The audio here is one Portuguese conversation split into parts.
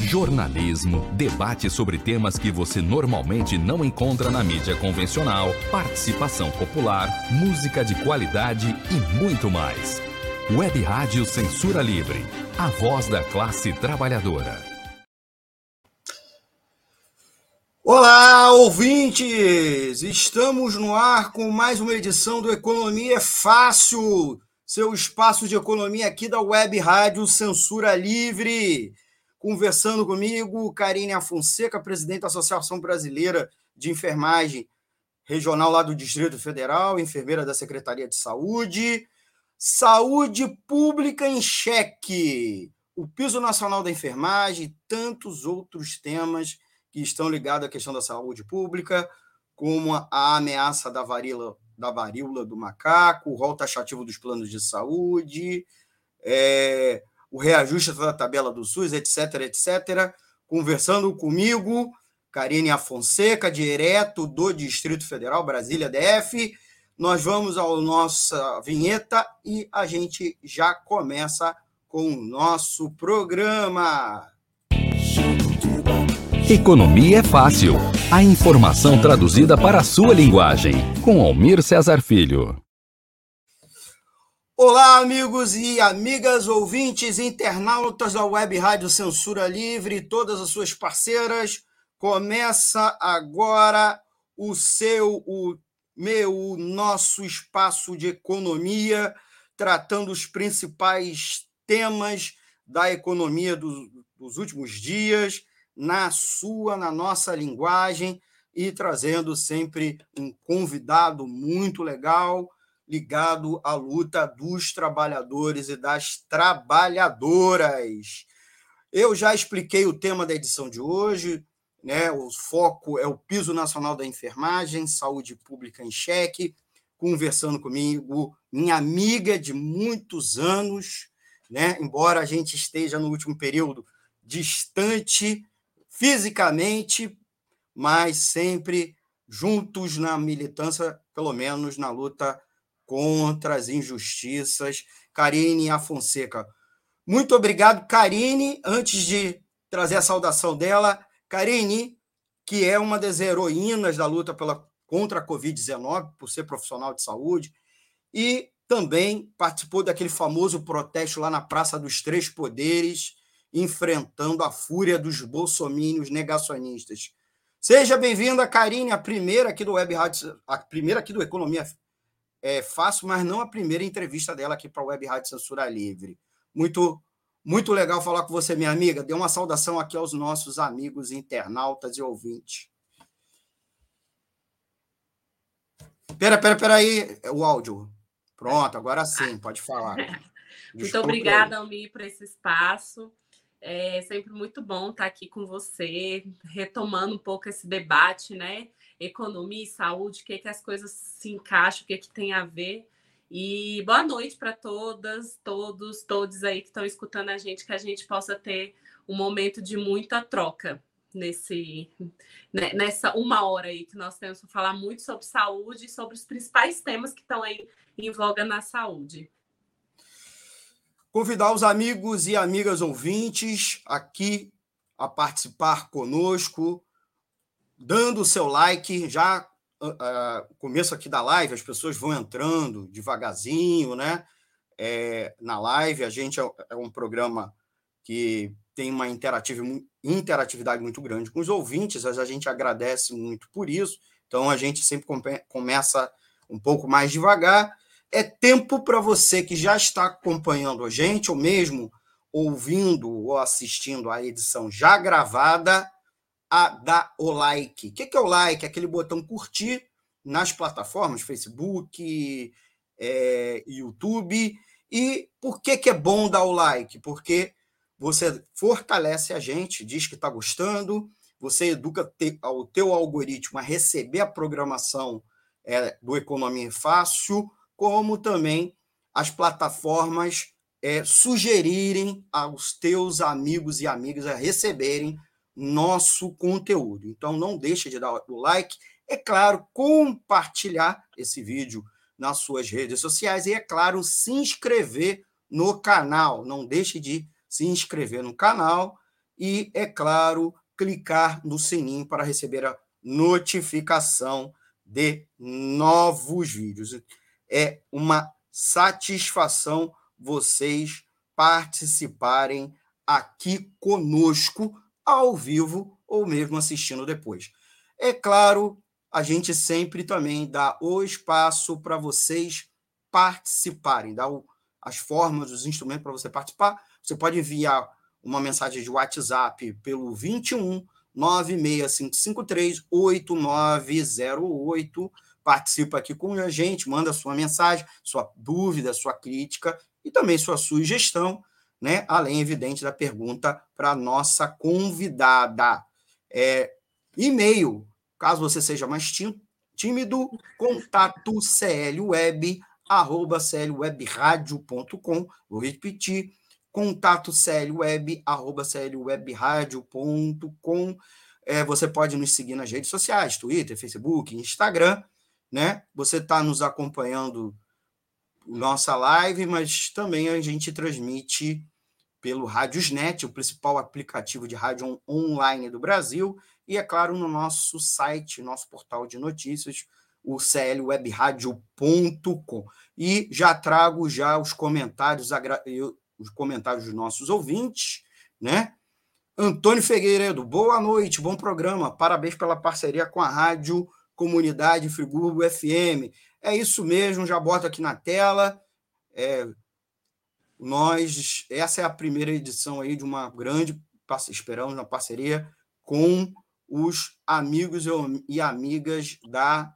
jornalismo, debate sobre temas que você normalmente não encontra na mídia convencional, participação popular, música de qualidade e muito mais. Web Rádio Censura Livre, a voz da classe trabalhadora. Olá, ouvintes! Estamos no ar com mais uma edição do Economia é Fácil, seu espaço de economia aqui da Web Rádio Censura Livre. Conversando comigo, Karine Afonseca, presidente da Associação Brasileira de Enfermagem Regional lá do Distrito Federal, enfermeira da Secretaria de Saúde. Saúde Pública em Xeque, o Piso Nacional da Enfermagem e tantos outros temas que estão ligados à questão da saúde pública, como a ameaça da varíola do macaco, o rol taxativo dos planos de saúde, o reajuste da tabela do SUS, etc., etc. Conversando comigo, Karine Afonseca, direto do Distrito Federal, Brasília, DF. Nós vamos à nossa vinheta e a gente já começa com o nosso programa. Economia é Fácil. A informação traduzida para a sua linguagem. Com Almir Cesar Filho. Olá, amigos e amigas, ouvintes, internautas da Web Rádio Censura Livre e todas as suas parceiras. Começa agora o nosso espaço de economia, tratando os principais temas da economia dos últimos dias, na nossa linguagem, e trazendo sempre um convidado muito legal, ligado à luta dos trabalhadores e das trabalhadoras. Eu já expliquei o tema da edição de hoje, né? O foco é o Piso Nacional da Enfermagem, Saúde Pública em Xeque. Conversando comigo, minha amiga de muitos anos, né? Embora a gente esteja no último período distante fisicamente, mas sempre juntos na militância, pelo menos na luta contra as injustiças. Karine Afonseca. Muito obrigado, Karine. Antes de trazer a saudação dela, Karine, que é uma das heroínas da luta contra a Covid-19, por ser profissional de saúde, e também participou daquele famoso protesto lá na Praça dos Três Poderes, enfrentando a fúria dos bolsomínios negacionistas. Seja bem-vinda, Karine, a primeira aqui do Web Rádio, a primeira aqui do Economia é Fácil, mas não a primeira entrevista dela aqui para a Web Rádio Censura Livre. Muito, muito legal falar com você, minha amiga. Dê uma saudação aqui aos nossos amigos internautas e ouvintes. Espera aí, o áudio. Pronto, agora sim, pode falar. Muito obrigada, Almir, por esse espaço. É sempre muito bom estar aqui com você, retomando um pouco esse debate, né? Economia e saúde, o que as coisas se encaixam, o que tem a ver. E boa noite para todas, todos aí que estão escutando a gente, que a gente possa ter um momento de muita troca nessa uma hora aí que nós temos para falar muito sobre saúde e sobre os principais temas que estão aí em voga na saúde. Convidar os amigos e amigas ouvintes aqui a participar conosco, dando o seu like. Já começo aqui da live, as pessoas vão entrando devagarzinho, né? Na live, a gente é um programa que tem uma interatividade muito grande com os ouvintes, a gente agradece muito por isso, então a gente sempre começa um pouco mais devagar. É tempo para você que já está acompanhando a gente, ou mesmo ouvindo ou assistindo a edição já gravada, a dar o like. O que é o like? Aquele botão curtir nas plataformas Facebook, YouTube. E por que é bom dar o like? Porque você fortalece a gente, diz que está gostando, você educa o teu algoritmo a receber a programação do Economia Fácil, como também as plataformas sugerirem aos teus amigos e amigas a receberem nosso conteúdo. Então, não deixe de dar o like. É claro, compartilhar esse vídeo nas suas redes sociais e, é claro, se inscrever no canal. Não deixe de se inscrever no canal e, é claro, clicar no sininho para receber a notificação de novos vídeos. É uma satisfação vocês participarem aqui conosco, ao vivo, ou mesmo assistindo depois. É claro, a gente sempre também dá o espaço para vocês participarem, dá as formas, os instrumentos para você participar. Você pode enviar uma mensagem de WhatsApp pelo 21 96553 8908. Participa aqui com a gente, manda sua mensagem, sua dúvida, sua crítica e também sua sugestão, né? Além, evidente, da pergunta para a nossa convidada. E-mail, caso você seja mais tímido, contato clweb@clwebradio.com. Vou repetir, contato clweb@clwebradio.com. Você pode nos seguir nas redes sociais, Twitter, Facebook, Instagram, né? Você está nos acompanhando nossa live, mas também a gente transmite pelo Radiosnet, o principal aplicativo de rádio online do Brasil, e, é claro, no nosso site, nosso portal de notícias, o clwebradio.com. E já trago os comentários dos nossos ouvintes, né? Antônio Figueiredo, boa noite, bom programa, parabéns pela parceria com a Rádio Comunidade Friburgo FM. É isso mesmo, já boto aqui na tela. Essa é a primeira edição aí de uma grande, esperamos, uma parceria com os amigos e amigas da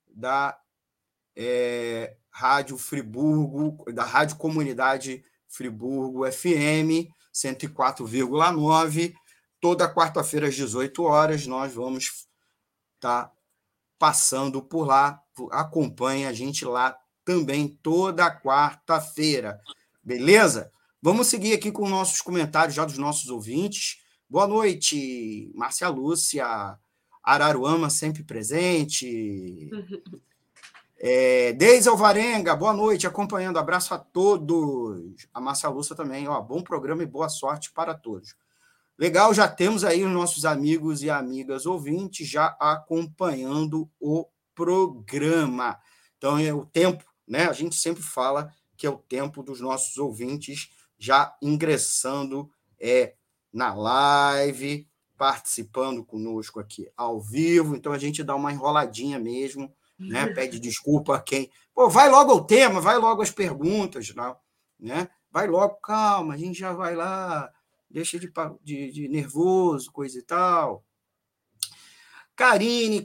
Rádio Friburgo, da Rádio Comunidade Friburgo FM 104,9. Toda quarta-feira às 18 horas nós vamos estar passando por lá. Acompanhe a gente lá também toda quarta-feira. Beleza? Vamos seguir aqui com nossos comentários já dos nossos ouvintes. Boa noite, Márcia Lúcia, Araruama sempre presente. Deise Alvarenga, boa noite, acompanhando. Abraço a todos. A Márcia Lúcia também. Bom programa e boa sorte para todos. Legal, já temos aí os nossos amigos e amigas ouvintes já acompanhando o programa. Então, é o tempo, né? A gente sempre fala que é o tempo dos nossos ouvintes já ingressando na live, participando conosco aqui ao vivo. Então, a gente dá uma enroladinha mesmo, né? Pede desculpa a quem... vai logo ao tema, vai logo às perguntas, né? Vai logo, calma, a gente já vai lá, deixa de nervoso, coisa e tal. Karine.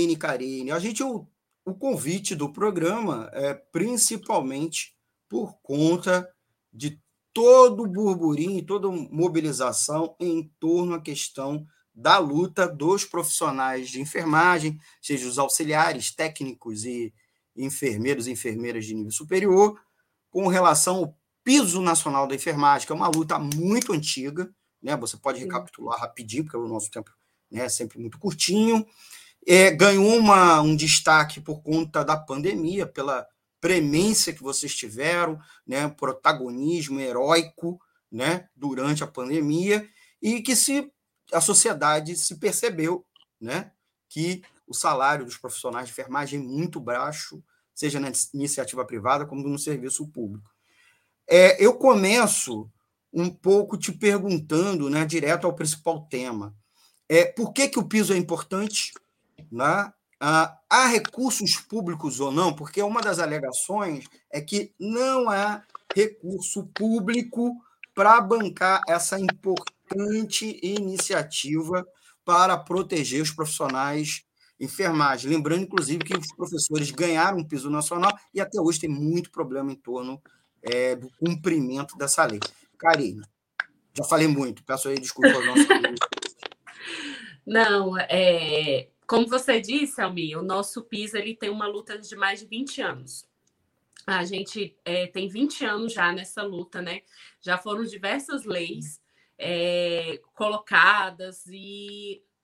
O convite do programa é principalmente por conta de todo o burburinho, toda mobilização em torno à questão da luta dos profissionais de enfermagem, seja os auxiliares, técnicos e enfermeiros e enfermeiras de nível superior, com relação ao piso nacional da enfermagem, que é uma luta muito antiga, né? Você pode recapitular rapidinho, porque o nosso tempo, né, é sempre muito curtinho. Ganhou um destaque por conta da pandemia, pela premência que vocês tiveram, né, protagonismo heróico, né, durante a pandemia, e que a sociedade se percebeu, né, que o salário dos profissionais de enfermagem é muito baixo, seja na iniciativa privada como no serviço público. Eu começo um pouco te perguntando, né, direto ao principal tema. Por que o piso é importante? Né? Há recursos públicos ou não? Porque uma das alegações é que não há recurso público para bancar essa importante iniciativa para proteger os profissionais de enfermagem. Lembrando, inclusive, que os professores ganharam um piso nacional e até hoje tem muito problema em torno do cumprimento dessa lei. Karine, já falei muito, peço aí desculpa aos nossos amigos. Não, como você disse, Almir, o nosso piso ele tem uma luta de mais de 20 anos. A gente tem 20 anos já nessa luta, né? Já foram diversas leis colocadas e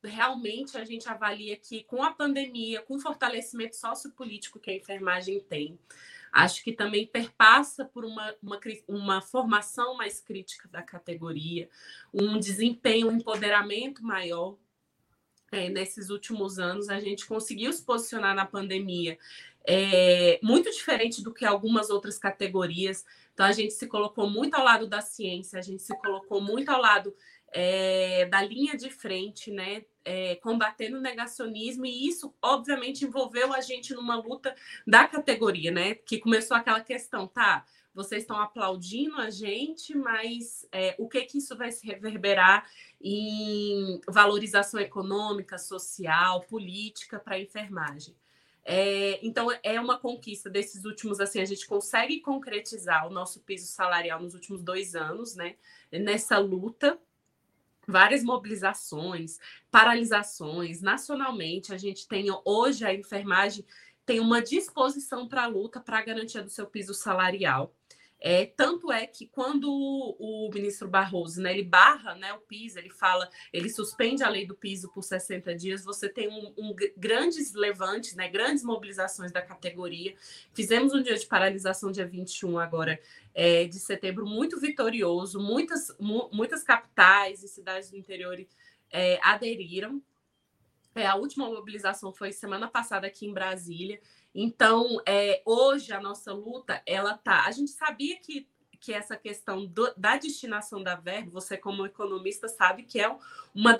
realmente a gente avalia que com a pandemia, com o fortalecimento sociopolítico que a enfermagem tem, acho que também perpassa por uma formação mais crítica da categoria, um desempenho, um empoderamento maior. Nesses últimos anos, a gente conseguiu se posicionar na pandemia muito diferente do que algumas outras categorias. Então, a gente se colocou muito ao lado da ciência, a gente se colocou muito ao lado da linha de frente, né? Combatendo o negacionismo, e isso, obviamente, envolveu a gente numa luta da categoria, né? Que começou aquela questão, tá? Vocês estão aplaudindo a gente, mas o que isso vai se reverberar em valorização econômica, social, política para a enfermagem? Então, é uma conquista desses últimos, assim, a gente consegue concretizar o nosso piso salarial nos últimos 2 anos, né? Nessa luta, várias mobilizações, paralisações, nacionalmente, a gente tem hoje, a enfermagem tem uma disposição para a luta, para a garantia do seu piso salarial. Tanto é que quando o ministro Barroso, né, ele barra, né, o piso, ele suspende a lei do piso por 60 dias, você tem grandes levantes, né, grandes mobilizações da categoria. Fizemos um dia de paralisação, dia 21 agora, de setembro, muito vitorioso, muitas capitais e cidades do interior aderiram. A última mobilização foi semana passada aqui em Brasília. Então, hoje a nossa luta, a gente sabia que essa questão da destinação da verba, você como economista sabe que é uma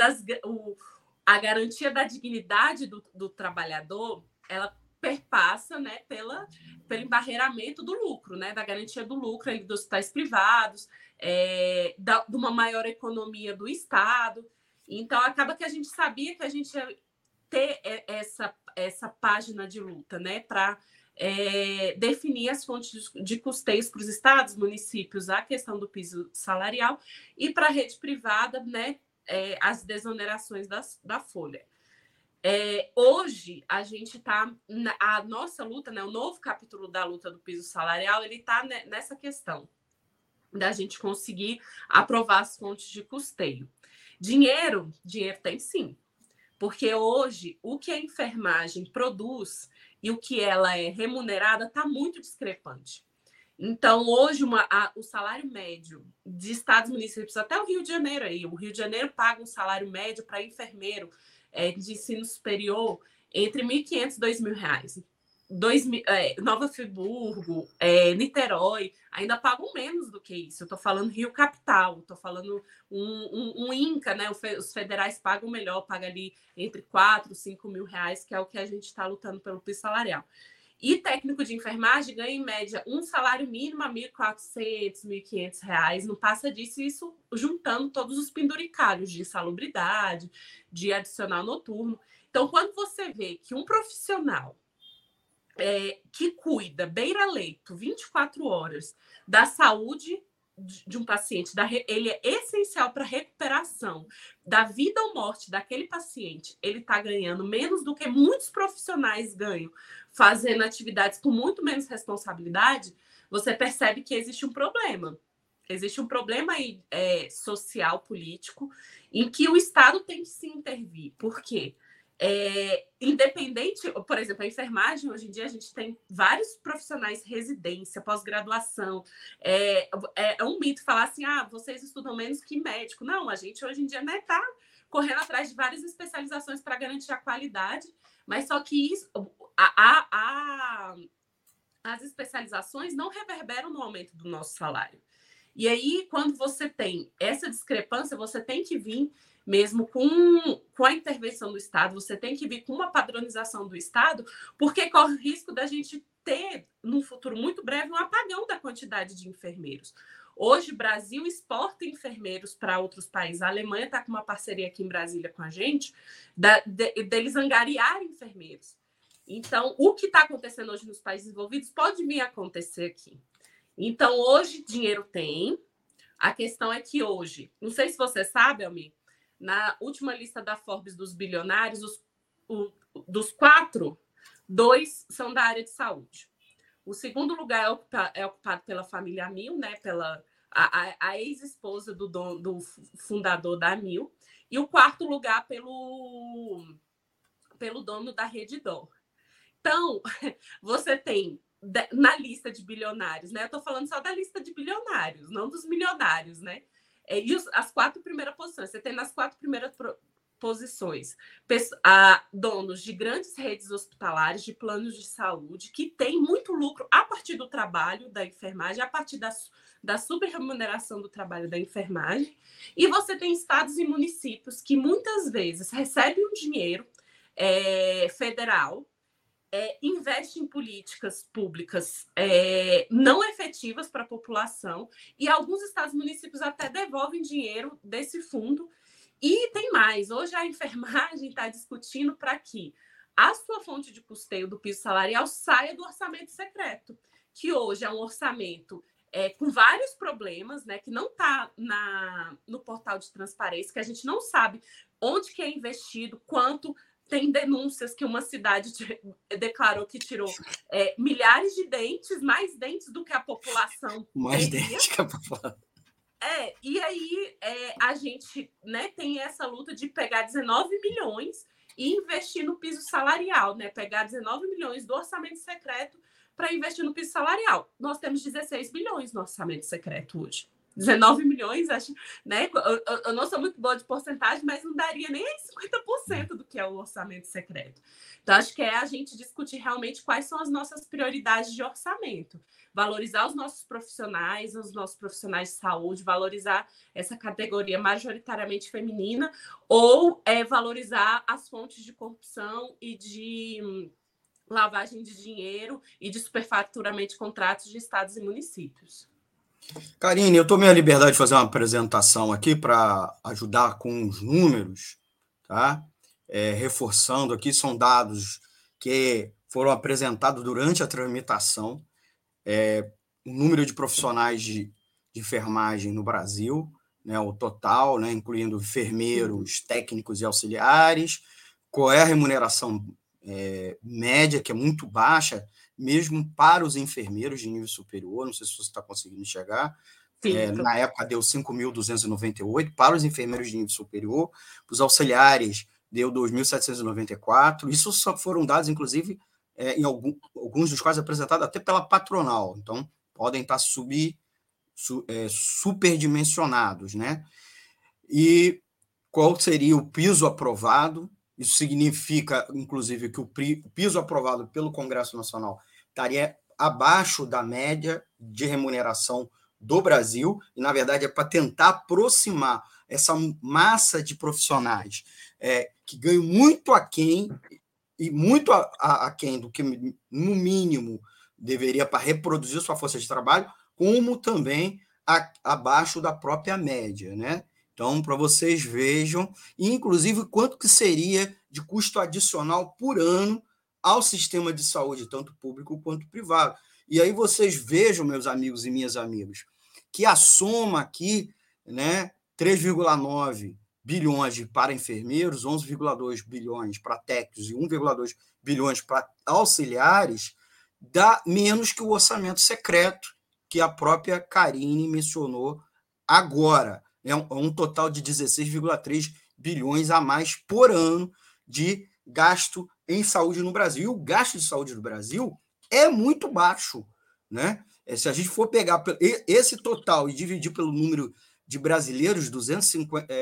a garantia da dignidade do trabalhador, ela perpassa, né, pelo embarreiramento do lucro, né, da garantia do lucro dos hospitais privados, de uma maior economia do Estado. Então, acaba que a gente sabia que a gente ia ter essa página de luta, né, para definir as fontes de custeios para os estados, municípios, a questão do piso salarial, e para a rede privada, né, as desonerações da folha. Hoje, a gente está... A nossa luta, né, o novo capítulo da luta do piso salarial, ele está nessa questão da gente conseguir aprovar as fontes de custeio. Dinheiro tem sim. Porque hoje, o que a enfermagem produz e o que ela é remunerada está muito discrepante. Então, hoje, o salário médio de estados e municípios, até o Rio de Janeiro, o Rio de Janeiro paga um salário médio para enfermeiro de ensino superior entre R$ 1.500 e R$ 2.000. Nova Friburgo, Niterói, ainda pagam menos do que isso. Eu estou falando Rio Capital, estou falando um INCA, né? Os federais pagam melhor, paga ali entre 4 e 5 mil reais, que é o que a gente está lutando pelo piso salarial. E técnico de enfermagem ganha, em média, um salário mínimo a R$ 1.400, R$ 1.500, não passa disso, isso juntando todos os penduricalhos de insalubridade, de adicional noturno. Então, quando você vê que um profissional que cuida, beira-leito, 24 horas, da saúde de um paciente, ele é essencial para a recuperação da vida ou morte daquele paciente, ele está ganhando menos do que muitos profissionais ganham, fazendo atividades com muito menos responsabilidade, você percebe que existe um problema. Existe um problema aí, social, político, em que o Estado tem que se intervir. Por quê? Independente, por exemplo, a enfermagem, hoje em dia a gente tem vários profissionais, residência, pós-graduação. É um mito falar assim, vocês estudam menos que médico. Não, a gente hoje em dia está correndo atrás de várias especializações para garantir a qualidade, mas só que isso, as especializações não reverberam no aumento do nosso salário. E aí, quando você tem essa discrepância, você tem que vir mesmo com a intervenção do Estado, você tem que vir com uma padronização do Estado, porque corre o risco da gente ter, num futuro muito breve, um apagão da quantidade de enfermeiros. Hoje, o Brasil exporta enfermeiros para outros países. A Alemanha está com uma parceria aqui em Brasília com a gente, deles angariar enfermeiros. Então, o que está acontecendo hoje nos países envolvidos pode vir a acontecer aqui. Então, hoje, dinheiro tem. A questão é que hoje, não sei se você sabe, Almir, na última lista da Forbes dos bilionários, dos 4, 2 são da área de saúde. O segundo lugar é ocupado pela família Amil, né, pela a ex-esposa do fundador da Amil, e o quarto lugar pelo dono da Redditor. Então, você tem na lista de bilionários, né? Eu estou falando só da lista de bilionários, não dos milionários, né? E as 4 primeiras posições. Você tem nas 4 primeiras posições donos de grandes redes hospitalares, de planos de saúde, que têm muito lucro a partir do trabalho da enfermagem, a partir da superremuneração do trabalho da enfermagem. E você tem estados e municípios que muitas vezes recebem um dinheiro federal, investe em políticas públicas não efetivas para a população, e alguns estados e municípios até devolvem dinheiro desse fundo. E tem mais, hoje a enfermagem está discutindo para que a sua fonte de custeio do piso salarial saia do orçamento secreto, que hoje é um orçamento com vários problemas, né, que não está no portal de transparência, que a gente não sabe onde que é investido, quanto. Tem denúncias que uma cidade declarou que tirou milhares de dentes, mais dentes do que a população mais teria. dentes que a população. E aí a gente, né, tem essa luta de pegar 19 milhões e investir no piso salarial, né? Pegar 19 milhões do orçamento secreto para investir no piso salarial. Nós temos 16 bilhões no orçamento secreto hoje. 19 milhões, acho, né? Eu não sou muito boa de porcentagem, mas não daria nem 50% do que é o orçamento secreto. Então, acho que a gente discutir realmente quais são as nossas prioridades de orçamento. Valorizar os nossos profissionais de saúde, valorizar essa categoria majoritariamente feminina, ou valorizar as fontes de corrupção e de lavagem de dinheiro e de superfaturamento de contratos de estados e municípios. Karine, eu tomei a liberdade de fazer uma apresentação aqui para ajudar com os números, tá? Reforçando aqui, são dados que foram apresentados durante a tramitação, o número de profissionais de enfermagem no Brasil, né, o total, né, incluindo enfermeiros, técnicos e auxiliares, qual é a remuneração média, que é muito baixa, mesmo para os enfermeiros de nível superior, não sei se você está conseguindo enxergar, na época deu 5.298 para os enfermeiros de nível superior, para os auxiliares deu 2.794, isso só foram dados, inclusive, em alguns dos quais apresentados até pela patronal, então podem estar superdimensionados, né? E qual seria o piso aprovado? Isso significa, inclusive, que o piso aprovado pelo Congresso Nacional estaria abaixo da média de remuneração do Brasil, e, na verdade, é para tentar aproximar essa massa de profissionais que ganham muito aquém, e muito aquém do que, no mínimo, deveria para reproduzir sua força de trabalho, como também abaixo da própria média, né? Então, para vocês vejam, inclusive, quanto que seria de custo adicional por ano ao sistema de saúde, tanto público quanto privado. E aí vocês vejam, meus amigos e minhas amigas, que a soma aqui, né, 3,9 bilhões para enfermeiros, 11,2 bilhões para técnicos e 1,2 bilhões para auxiliares, dá menos que o orçamento secreto que a própria Karine mencionou agora. É um total de 16,3 bilhões a mais por ano de gasto em saúde no Brasil. E o gasto de saúde no Brasil é muito baixo, né? Se a gente for pegar esse total e dividir pelo número de brasileiros, 200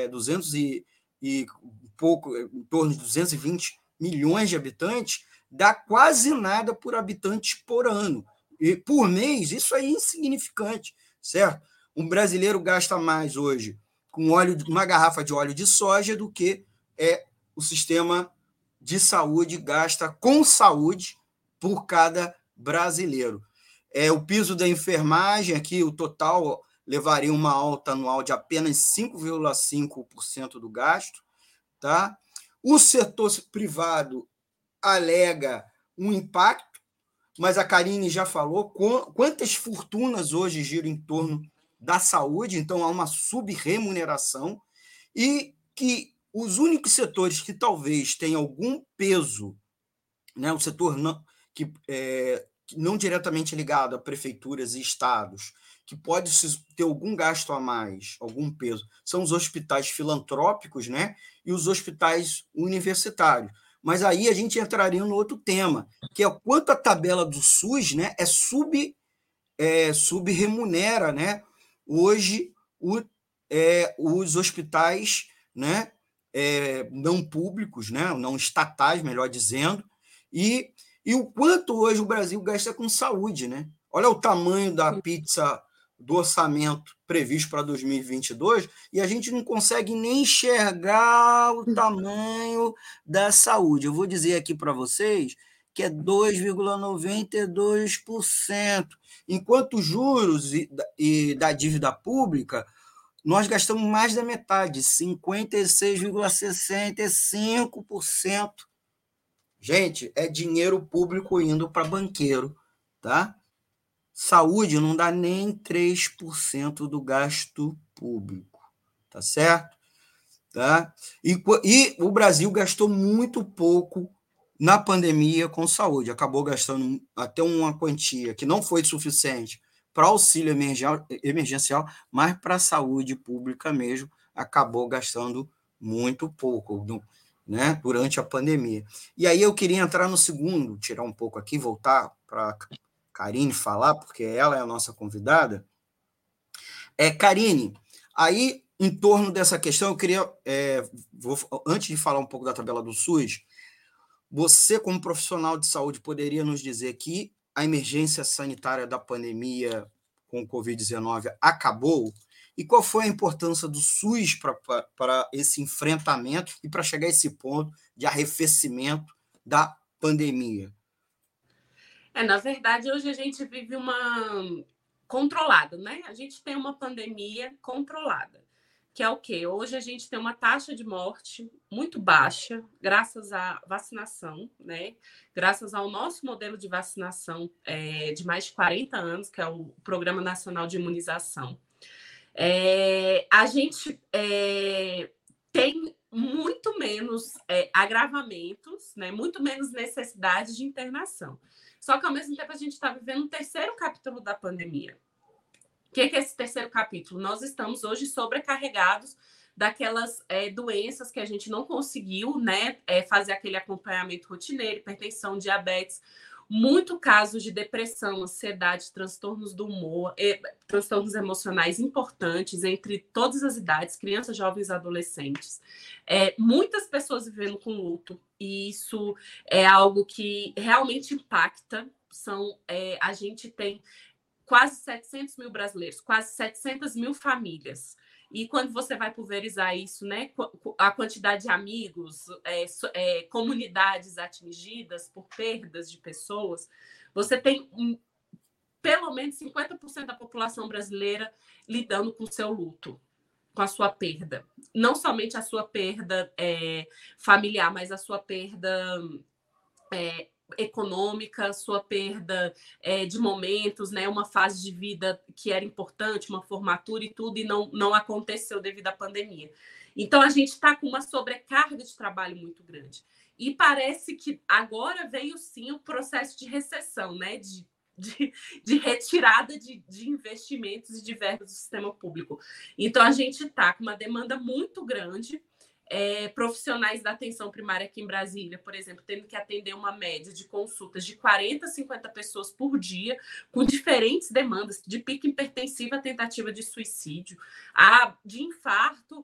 e pouco, em torno de 220 milhões de habitantes, dá quase nada por habitante por ano. E por mês, isso é insignificante, certo? Um brasileiro gasta mais hoje com uma garrafa de óleo de soja do que o sistema de saúde gasta com saúde por cada brasileiro. O piso da enfermagem, aqui o total levaria uma alta anual de apenas 5,5% do gasto. Tá? O setor privado alega um impacto, mas a Karine já falou quantas fortunas hoje giram em torno da saúde, então há uma sub-remuneração, e que os únicos setores que talvez tenham algum peso, né, o setor não diretamente ligado a prefeituras e estados, que pode ter algum gasto a mais, algum peso, são os hospitais filantrópicos, né? E os hospitais universitários. Mas aí a gente entraria no outro tema, que é quanto a tabela do SUS, né, subremunera, né, hoje os hospitais, né, não públicos, né, não estatais, melhor dizendo, e o quanto hoje o Brasil gasta com saúde, né? Olha o tamanho da pizza do orçamento previsto para 2022 e a gente não consegue nem enxergar o tamanho da saúde. Eu vou dizer aqui para vocês que é 2,92%, enquanto os juros e da dívida pública nós gastamos mais da metade, 56,65%. Gente, é dinheiro público indo para banqueiro, tá? Saúde não dá nem 3% do gasto público, tá certo? Tá? E o Brasil gastou muito pouco na pandemia com saúde, acabou gastando até uma quantia que não foi suficiente para auxílio emergencial, mas para a saúde pública mesmo, acabou gastando muito pouco, né, durante a pandemia. E aí eu queria entrar no segundo, tirar um pouco aqui, voltar para Karine falar, porque ela é a nossa convidada. Karine, aí, em torno dessa questão, eu queria, antes de falar um pouco da tabela do SUS, você, como profissional de saúde, poderia nos dizer que a emergência sanitária da pandemia com o Covid-19 acabou? E qual foi a importância do SUS para esse enfrentamento e para chegar a esse ponto de arrefecimento da pandemia? Na verdade, hoje a gente vive uma controlada, né? A gente tem uma pandemia controlada, que é o quê? Hoje a gente tem uma taxa de morte muito baixa, graças à vacinação, né? Graças ao nosso modelo de vacinação de mais de 40 anos, que é o Programa Nacional de Imunização. A gente tem muito menos agravamentos, né? Muito menos necessidade de internação. Só que, ao mesmo tempo, a gente está vivendo um terceiro capítulo da pandemia. O que é esse terceiro capítulo? Nós estamos hoje sobrecarregados daquelas doenças que a gente não conseguiu, né, fazer aquele acompanhamento rotineiro, hipertensão, diabetes, muito casos de depressão, ansiedade, transtornos do humor, transtornos emocionais importantes entre todas as idades, crianças, jovens e adolescentes. Muitas pessoas vivendo com luto, e isso é algo que realmente impacta. A gente tem quase 700 mil brasileiros, quase 700 mil famílias. E quando você vai pulverizar isso, né, a quantidade de amigos, comunidades atingidas por perdas de pessoas, você tem pelo menos 50% da população brasileira lidando com o seu luto, com a sua perda. Não somente a sua perda familiar, mas a sua perda econômica, sua perda de momentos, né? Uma fase de vida que era importante, uma formatura e tudo, e não aconteceu devido à pandemia. Então, a gente está com uma sobrecarga de trabalho muito grande. E parece que agora veio, sim, o processo de recessão, né? De retirada de investimentos e de verbas do sistema público. Então, a gente está com uma demanda muito grande. Profissionais da atenção primária aqui em Brasília, por exemplo, tendo que atender uma média de consultas de 40 a 50 pessoas por dia, com diferentes demandas, de pico hipertensiva a tentativa de suicídio, de infarto,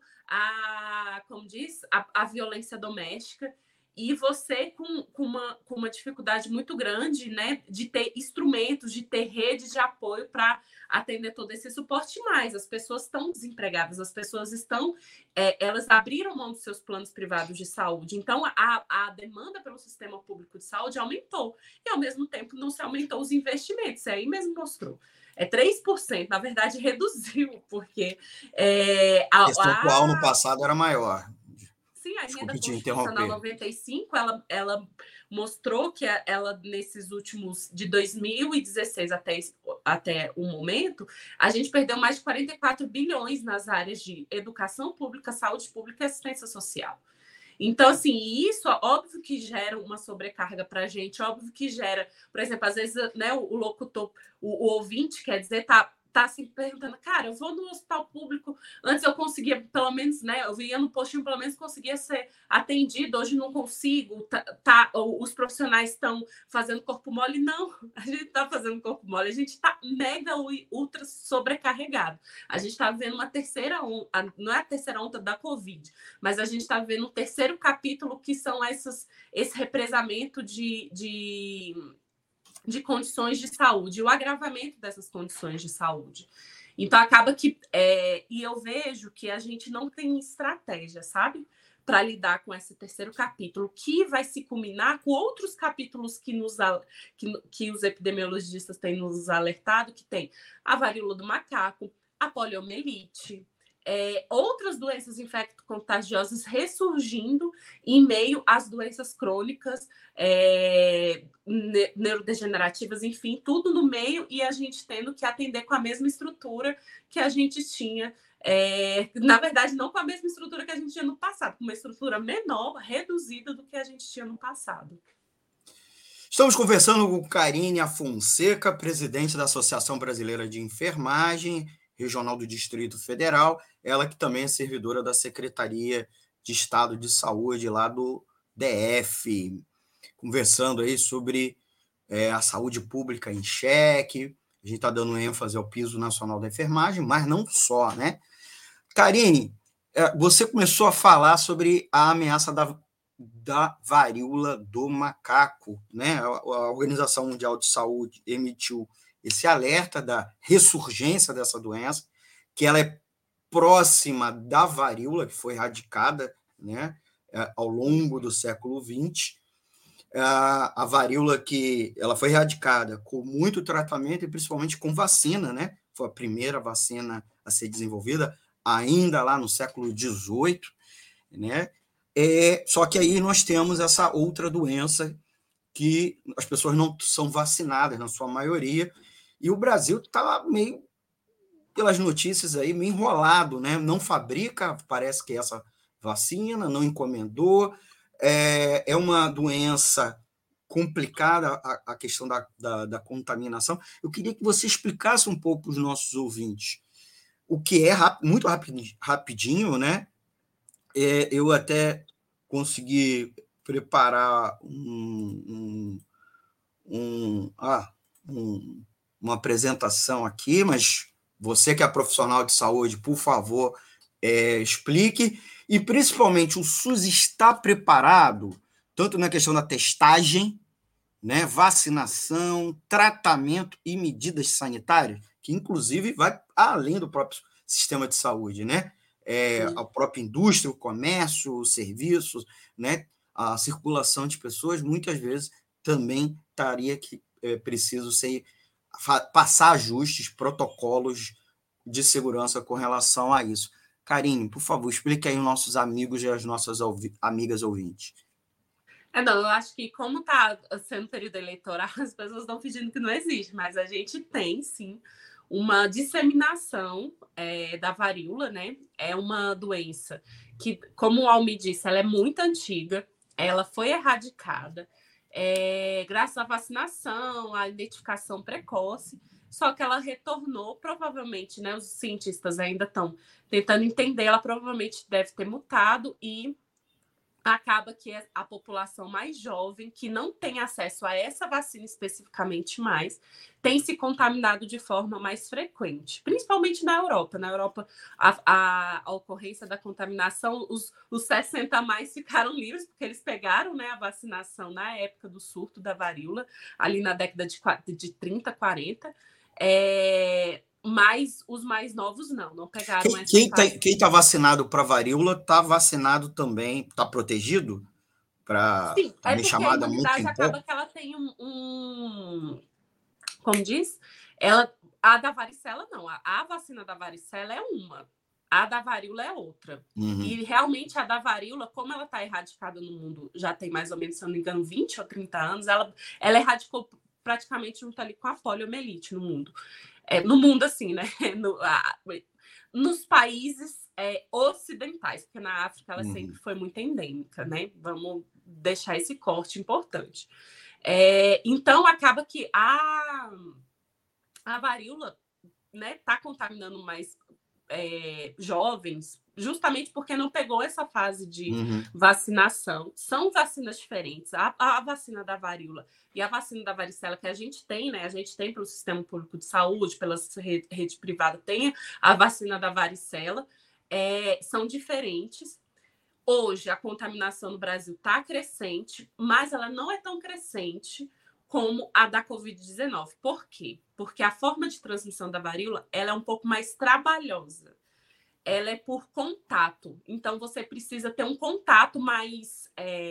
a violência doméstica. E você com uma dificuldade muito grande, né, de ter instrumentos, de ter rede de apoio para atender todo esse suporte. Mais as pessoas estão desempregadas, as pessoas elas abriram mão dos seus planos privados de saúde. Então, a demanda pelo sistema público de saúde aumentou. E, ao mesmo tempo, não se aumentou os investimentos. Isso aí mesmo mostrou. 3%, na verdade, reduziu, porque... O percentual no passado era maior. Sim, a emenda constitucional 95, ela mostrou que ela, nesses últimos, de 2016 até o momento, a gente perdeu mais de 44 bilhões nas áreas de educação pública, saúde pública e assistência social. Então, assim, isso, óbvio que gera uma sobrecarga para a gente, óbvio que gera, por exemplo, às vezes, né, o locutor, o ouvinte, quer dizer, tá se perguntando, cara, eu vou no hospital público, antes eu conseguia, pelo menos, né, eu ia no postinho, pelo menos conseguia ser atendido, hoje não consigo, os profissionais estão fazendo corpo mole. Não, a gente está fazendo corpo mole, a gente está mega ultra sobrecarregado. A gente está vendo uma terceira onda, não é a terceira onda da Covid, mas a gente está vendo um terceiro capítulo, que são esse represamento de condições de saúde, o agravamento dessas condições de saúde. Então, acaba que... e eu vejo que a gente não tem estratégia, sabe? Para lidar com esse terceiro capítulo, que vai se culminar com outros capítulos que os epidemiologistas têm nos alertado, que tem a varíola do macaco, a poliomielite, outras doenças infecto-contagiosas ressurgindo em meio às doenças crônicas, neurodegenerativas, enfim, tudo no meio, e a gente tendo que atender com a mesma estrutura que a gente tinha, na verdade, não com a mesma estrutura que a gente tinha no passado, com uma estrutura menor, reduzida do que a gente tinha no passado. Estamos conversando com Karine Afonseca, presidente da Associação Brasileira de Enfermagem Regional do Distrito Federal, ela que também é servidora da Secretaria de Estado de Saúde lá do DF, conversando aí sobre a saúde pública em xeque. A gente está dando ênfase ao piso nacional da enfermagem, mas não só, né? Karine, você começou a falar sobre a ameaça da varíola do macaco, né? A Organização Mundial de Saúde emitiu esse alerta da ressurgência dessa doença, que ela é próxima da varíola, que foi erradicada, né, ao longo do século XX. A varíola que ela foi erradicada com muito tratamento e principalmente com vacina, né? Foi a primeira vacina a ser desenvolvida, ainda lá no século XVIII, né? Só que aí nós temos essa outra doença que as pessoas não são vacinadas, na sua maioria, e o Brasil está meio, pelas notícias aí, meio enrolado, né? Não fabrica, parece que essa vacina, não encomendou. É uma doença complicada, a questão da contaminação. Eu queria que você explicasse um pouco para os nossos ouvintes o que é, muito rapidinho, né? Eu até consegui preparar uma apresentação aqui, mas você que é profissional de saúde, por favor, explique. E, principalmente, o SUS está preparado, tanto na questão da testagem, né, vacinação, tratamento e medidas sanitárias, que, inclusive, vai além do próprio sistema de saúde, né? A própria indústria, o comércio, os serviços, né? A circulação de pessoas, muitas vezes, também estaria que preciso passar ajustes, protocolos de segurança com relação a isso. Karine, por favor, explique aí aos nossos amigos e às nossas amigas ouvintes. Não, eu acho que como está sendo período eleitoral, as pessoas estão fingindo que não existe, mas a gente tem, sim, uma disseminação da varíola, né? É uma doença que, como o Almi disse, ela é muito antiga, ela foi erradicada, graças à vacinação, à identificação precoce, só que ela retornou, provavelmente, né? Os cientistas ainda estão tentando entender, ela provavelmente deve ter mutado e acaba que a população mais jovem, que não tem acesso a essa vacina especificamente mais, tem se contaminado de forma mais frequente, principalmente na Europa. Na Europa, a ocorrência da contaminação, os 60 a mais ficaram livres, porque eles pegaram, né, a vacinação na época do surto da varíola, ali na década de 30, 40, mas os mais novos não pegaram Quem está vacinado para varíola está vacinado também, está protegido? Sim, porque a imunidade acaba que ela tem como diz? A da varicela não, a vacina da varicela é uma, a da varíola é outra. Uhum. E realmente a da varíola, como ela está erradicada no mundo, já tem mais ou menos, se eu não me engano, 20 ou 30 anos, ela erradicou praticamente junto ali com a poliomielite no mundo. No mundo, assim, né? Nos países ocidentais, porque na África ela sempre foi muito endêmica, né? Vamos deixar esse corte importante. Então, acaba que a varíola, né, tá contaminando mais jovens, justamente porque não pegou essa fase de vacinação. São vacinas diferentes. A vacina da varíola e a vacina da varicela que a gente tem, né? A gente tem pelo Sistema Público de Saúde, pela rede privada, tem a vacina da varicela. São diferentes. Hoje, a contaminação no Brasil está crescente, mas ela não é tão crescente como a da Covid-19. Por quê? Porque a forma de transmissão da varíola ela é um pouco mais trabalhosa. Ela é por contato. Então, você precisa ter um contato mais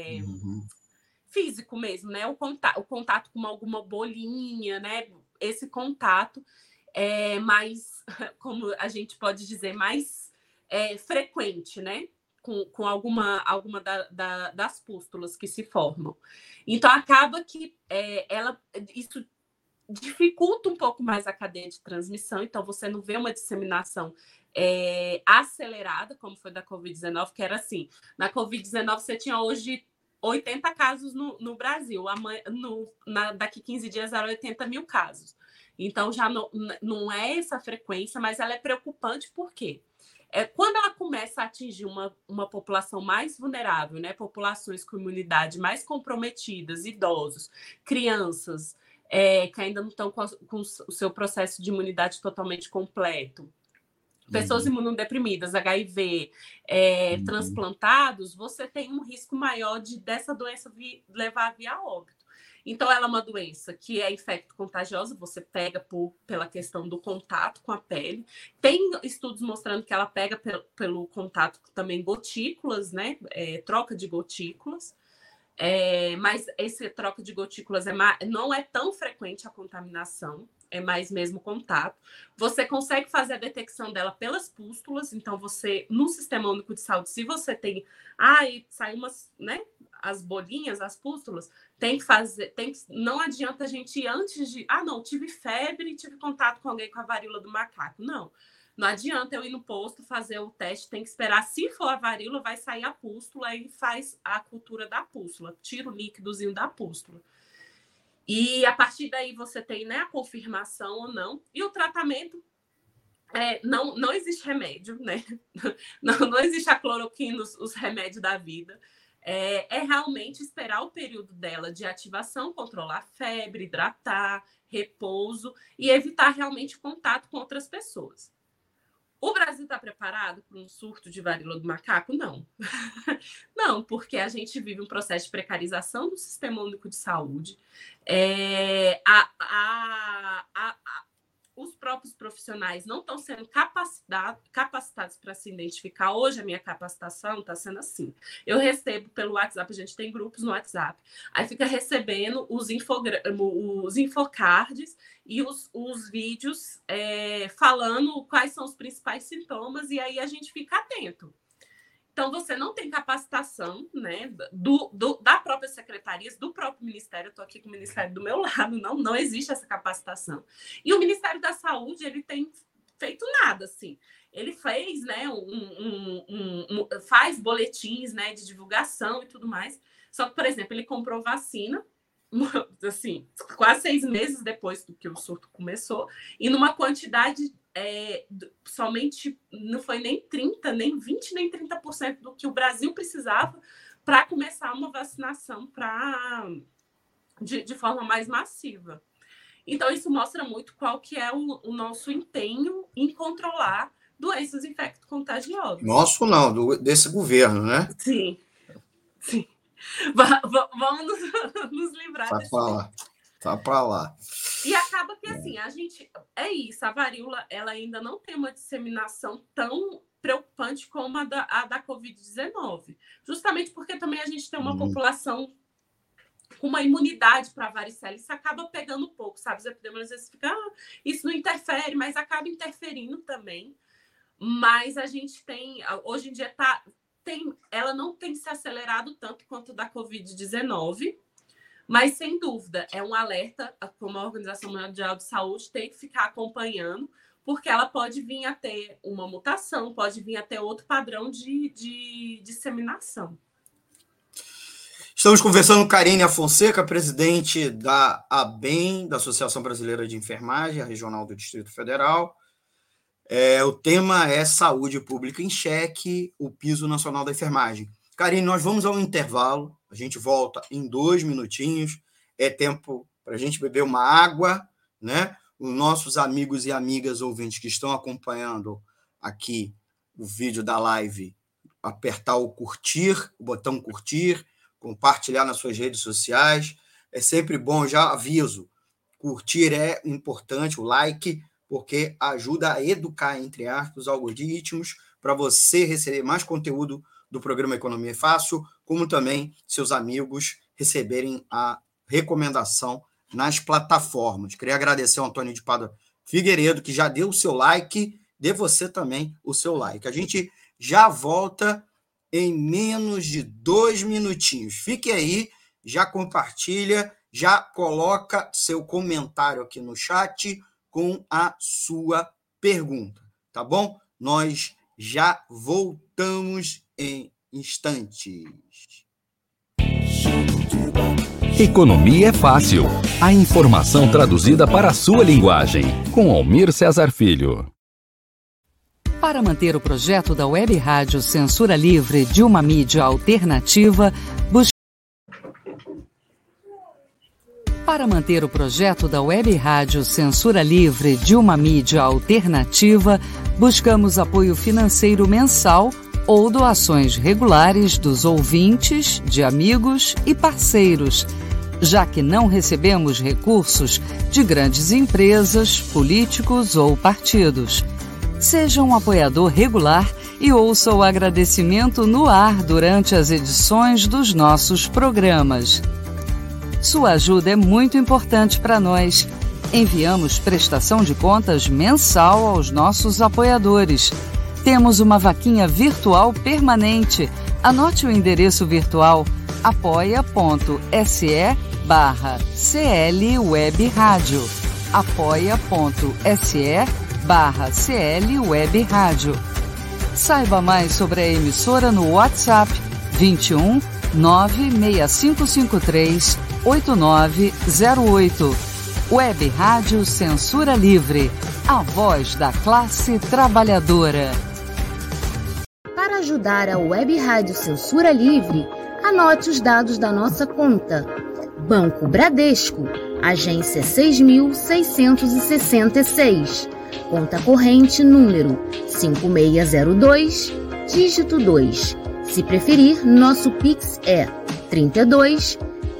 físico mesmo, né? O contato com alguma bolinha, né? Esse contato é mais, como a gente pode dizer, mais frequente, né? Com alguma das pústulas que se formam. Então, acaba que isso dificulta um pouco mais a cadeia de transmissão, então você não vê uma disseminação acelerada, como foi da Covid-19, que era assim, na Covid-19 você tinha hoje 80 casos no Brasil, daqui 15 dias eram 80 mil casos. Então, já não é essa frequência, mas ela é preocupante, por quê? Quando ela começa a atingir uma população mais vulnerável, né? Populações com imunidade mais comprometidas, idosos, crianças, que ainda não estão com o seu processo de imunidade totalmente completo, pessoas imunodeprimidas, HIV, transplantados, você tem um risco maior dessa doença levar via óbito. Então, ela é uma doença que é infecto-contagiosa, você pega pela questão do contato com a pele. Tem estudos mostrando que ela pega pelo contato também gotículas, né? Troca de gotículas. Mas essa troca de gotículas não é tão frequente a contaminação, é mais mesmo contato. Você consegue fazer a detecção dela pelas pústulas, então você, no Sistema Único de Saúde, se você tem... sai umas, né? As bolinhas, as pústulas, não adianta a gente ir antes de... não, tive febre, tive contato com alguém com a varíola do macaco. Não adianta eu ir no posto fazer o teste, tem que esperar. Se for a varíola, vai sair a pústula e faz a cultura da pústula, tira o líquidozinho da pústula. E a partir daí você tem, né, a confirmação ou não. E o tratamento, não existe remédio, né? Não existe a cloroquina, os remédios da vida. Realmente esperar o período dela de ativação, controlar a febre, hidratar, repouso e evitar realmente contato com outras pessoas. O Brasil está preparado para um surto de varíola do macaco? Não. Não, porque a gente vive um processo de precarização do Sistema Único de Saúde. Os próprios profissionais não estão sendo capacitados para se identificar. Hoje, a minha capacitação está sendo assim. Eu recebo pelo WhatsApp, a gente tem grupos no WhatsApp, aí fica recebendo os infocards e os vídeos falando quais são os principais sintomas, e aí a gente fica atento. Então, você não tem capacitação, né, da própria secretaria, do próprio ministério. Eu estou aqui com o ministério do meu lado, não existe essa capacitação. E o Ministério da Saúde, ele tem feito nada, assim. Ele fez, né, faz boletins, né, de divulgação e tudo mais. Só que, por exemplo, ele comprou vacina, assim, quase 6 meses depois do que o surto começou, e numa quantidade... somente não foi nem 30%, nem 20%, nem 30% do que o Brasil precisava para começar uma vacinação de forma mais massiva. Então, isso mostra muito qual que é o nosso empenho em controlar doenças infecto-contagiosas. Nosso não, desse governo, né? Sim. Vamos nos livrar desse... Tá para lá. E acaba que, assim, a gente... isso, a varíola, ela ainda não tem uma disseminação tão preocupante como a da Covid-19. Justamente porque também a gente tem uma população com uma imunidade para a varicela. Isso acaba pegando um pouco, sabe? Os epidemiólogos às vezes ficam, isso não interfere, mas acaba interferindo também. Mas a gente tem... Hoje em dia, ela não tem se acelerado tanto quanto da Covid-19, mas, sem dúvida, é um alerta, como a Organização Mundial de Saúde tem que ficar acompanhando, porque ela pode vir a ter uma mutação, pode vir a ter outro padrão de disseminação. Estamos conversando com Karine Fonseca, presidente da ABEM, da Associação Brasileira de Enfermagem, a regional do Distrito Federal. O tema é Saúde Pública em Xeque, o piso nacional da enfermagem. Karine, nós vamos ao intervalo, a gente volta em 2 minutinhos, é tempo para a gente beber uma água, né? Os nossos amigos e amigas ouvintes que estão acompanhando aqui o vídeo da live, apertar o curtir, o botão curtir, compartilhar nas suas redes sociais. É sempre bom, já aviso, curtir é importante, o like, porque ajuda a educar, entre aspas, os algoritmos, para você receber mais conteúdo do programa Economia Fácil, como também seus amigos receberem a recomendação nas plataformas. Queria agradecer ao Antônio de Pádua Figueiredo, que já deu o seu like, dê você também o seu like. A gente já volta em menos de 2 minutinhos. Fique aí, já compartilha, já coloca seu comentário aqui no chat com a sua pergunta, tá bom? Nós já voltamos em instantes. Economia é fácil. A informação traduzida para a sua linguagem. Com Almir Cesar Filho. Para manter o projeto da Web Rádio Censura Livre de uma mídia alternativa, Para manter o projeto da Web Rádio Censura Livre de uma mídia alternativa, buscamos apoio financeiro mensal ou doações regulares dos ouvintes, de amigos e parceiros, já que não recebemos recursos de grandes empresas, políticos ou partidos. Seja um apoiador regular e ouça o agradecimento no ar durante as edições dos nossos programas. Sua ajuda é muito importante para nós. Enviamos prestação de contas mensal aos nossos apoiadores. Temos uma vaquinha virtual permanente. Anote o endereço virtual apoia.se/CLWebRádio. apoia.se/CLWebRádio. Saiba mais sobre a emissora no WhatsApp 21 96553 8908. Web Rádio Censura Livre, a voz da classe trabalhadora. Para ajudar a Web Rádio Censura Livre, anote os dados da nossa conta. Banco Bradesco, agência 6.666, conta corrente número 5602, dígito 2. Se preferir, nosso Pix é 32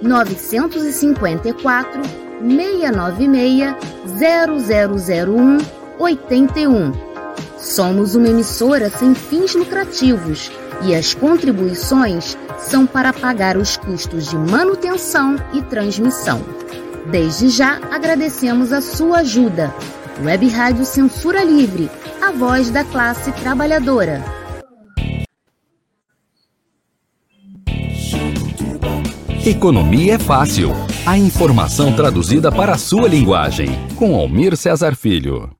954 696 0001 81. Somos uma emissora sem fins lucrativos e as contribuições são para pagar os custos de manutenção e transmissão. Desde já agradecemos a sua ajuda. Web Rádio Censura Livre, a voz da classe trabalhadora. Economia é fácil. A informação traduzida para a sua linguagem. Com Almir Cesar Filho.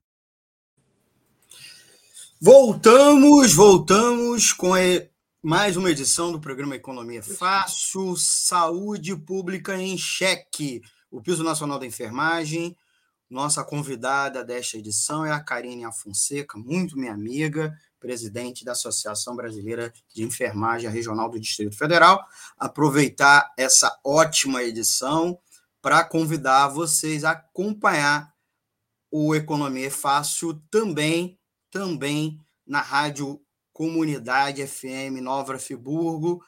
Voltamos com mais uma edição do programa Economia Fácil, Saúde Pública em Xeque, o piso nacional da enfermagem. Nossa convidada desta edição é a Karine Fonseca, muito minha amiga, presidente da Associação Brasileira de Enfermagem Regional do Distrito Federal. Aproveitar essa ótima edição para convidar vocês a acompanhar o Economia Fácil também na Rádio Comunidade FM Nova Friburgo,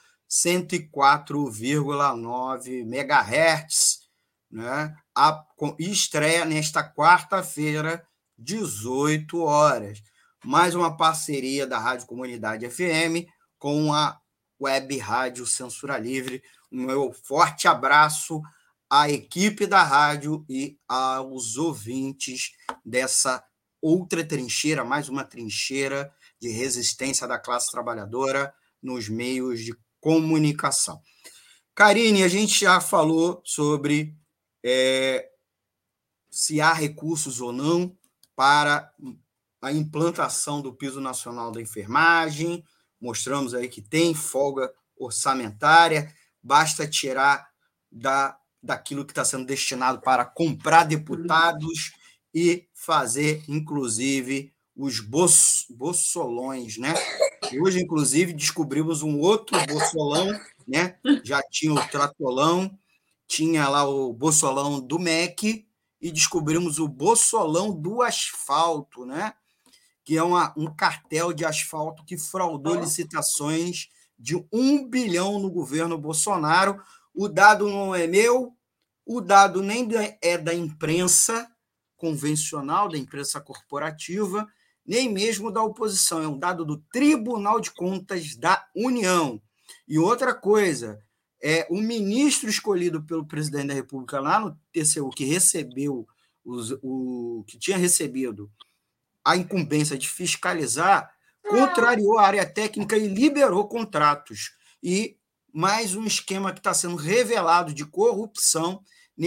104,9 MHz, né? A estreia nesta quarta-feira, 18 horas. Mais uma parceria da Rádio Comunidade FM com a Web Rádio Censura Livre. Um meu forte abraço à equipe da rádio e aos ouvintes dessa outra trincheira, mais uma trincheira de resistência da classe trabalhadora nos meios de comunicação. Karine, a gente já falou sobre se há recursos ou não para a implantação do Piso Nacional da Enfermagem, mostramos aí que tem folga orçamentária, basta tirar daquilo que está sendo destinado para comprar deputados e fazer, inclusive, os bolsolões, né? E hoje, inclusive, descobrimos um outro bolsolão, né? Já tinha o Tratolão, tinha lá o bolsolão do MEC e descobrimos o bolsolão do asfalto, né? Que é um cartel de asfalto que fraudou licitações de 1 bilhão no governo Bolsonaro. O dado não é meu, o dado nem é da imprensa convencional, da imprensa corporativa, nem mesmo da oposição. É um dado do Tribunal de Contas da União. E outra coisa, o ministro escolhido pelo presidente da República lá no TCU, que recebeu que tinha recebido a incumbência de fiscalizar, contrariou a área técnica e liberou contratos. E mais um esquema que está sendo revelado de corrupção,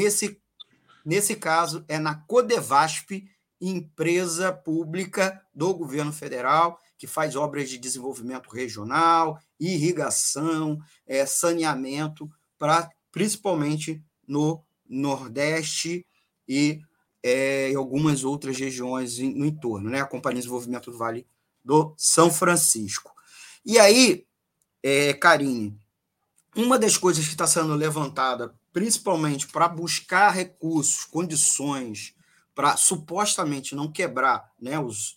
nesse caso, é na Codevasp, empresa pública do governo federal, que faz obras de desenvolvimento regional, irrigação, saneamento, principalmente no Nordeste e em algumas outras regiões no entorno, né? A Companhia de Desenvolvimento do Vale do São Francisco. E aí, Karine, uma das coisas que está sendo levantada, principalmente para buscar recursos, condições, para supostamente não quebrar, né,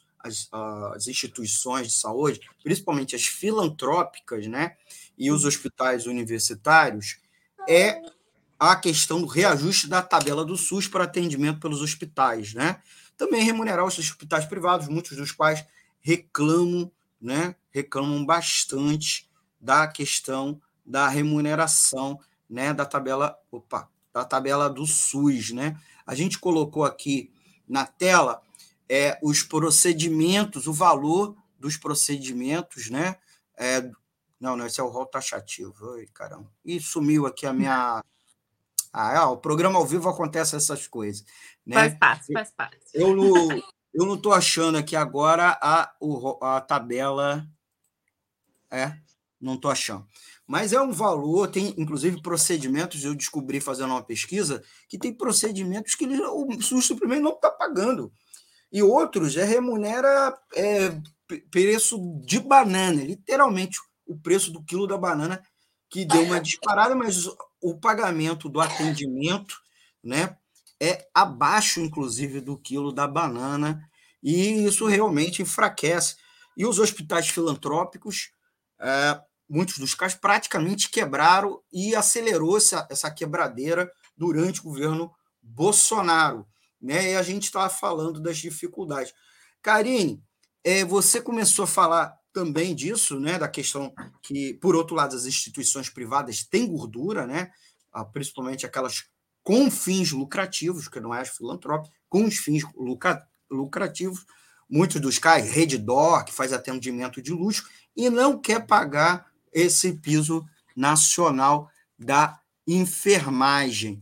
as instituições de saúde, principalmente as filantrópicas, né, e os hospitais universitários, é a questão do reajuste da tabela do SUS para atendimento pelos hospitais, né? Também remunerar os hospitais privados, muitos dos quais reclamam bastante da questão da remuneração, né, da tabela do SUS, né? A gente colocou aqui na tela os procedimentos, o valor dos procedimentos, né? Não, esse é o rol taxativo. Ai, caramba. E sumiu aqui a minha... o programa ao vivo acontece essas coisas, né? Faz parte. Eu não estou achando aqui agora a tabela. Não estou achando. Mas é um valor, tem inclusive procedimentos, eu descobri fazendo uma pesquisa, que tem procedimentos que o SUS simplesmente não está pagando. E outros remunera preço de banana, literalmente o preço do quilo da banana, que deu uma disparada, mas o pagamento do atendimento, né, é abaixo, inclusive, do quilo da banana, e isso realmente enfraquece. E os hospitais filantrópicos, muitos dos casos, praticamente quebraram e acelerou essa quebradeira durante o governo Bolsonaro, né? E a gente estava falando das dificuldades. Karine, você começou a falar também disso, né, da questão que, por outro lado, as instituições privadas têm gordura, né, principalmente aquelas com fins lucrativos, que não é as filantrópicas, com os fins lucrativos, muitos dos casos, Redditor, que faz atendimento de luxo, e não quer pagar esse piso nacional da enfermagem.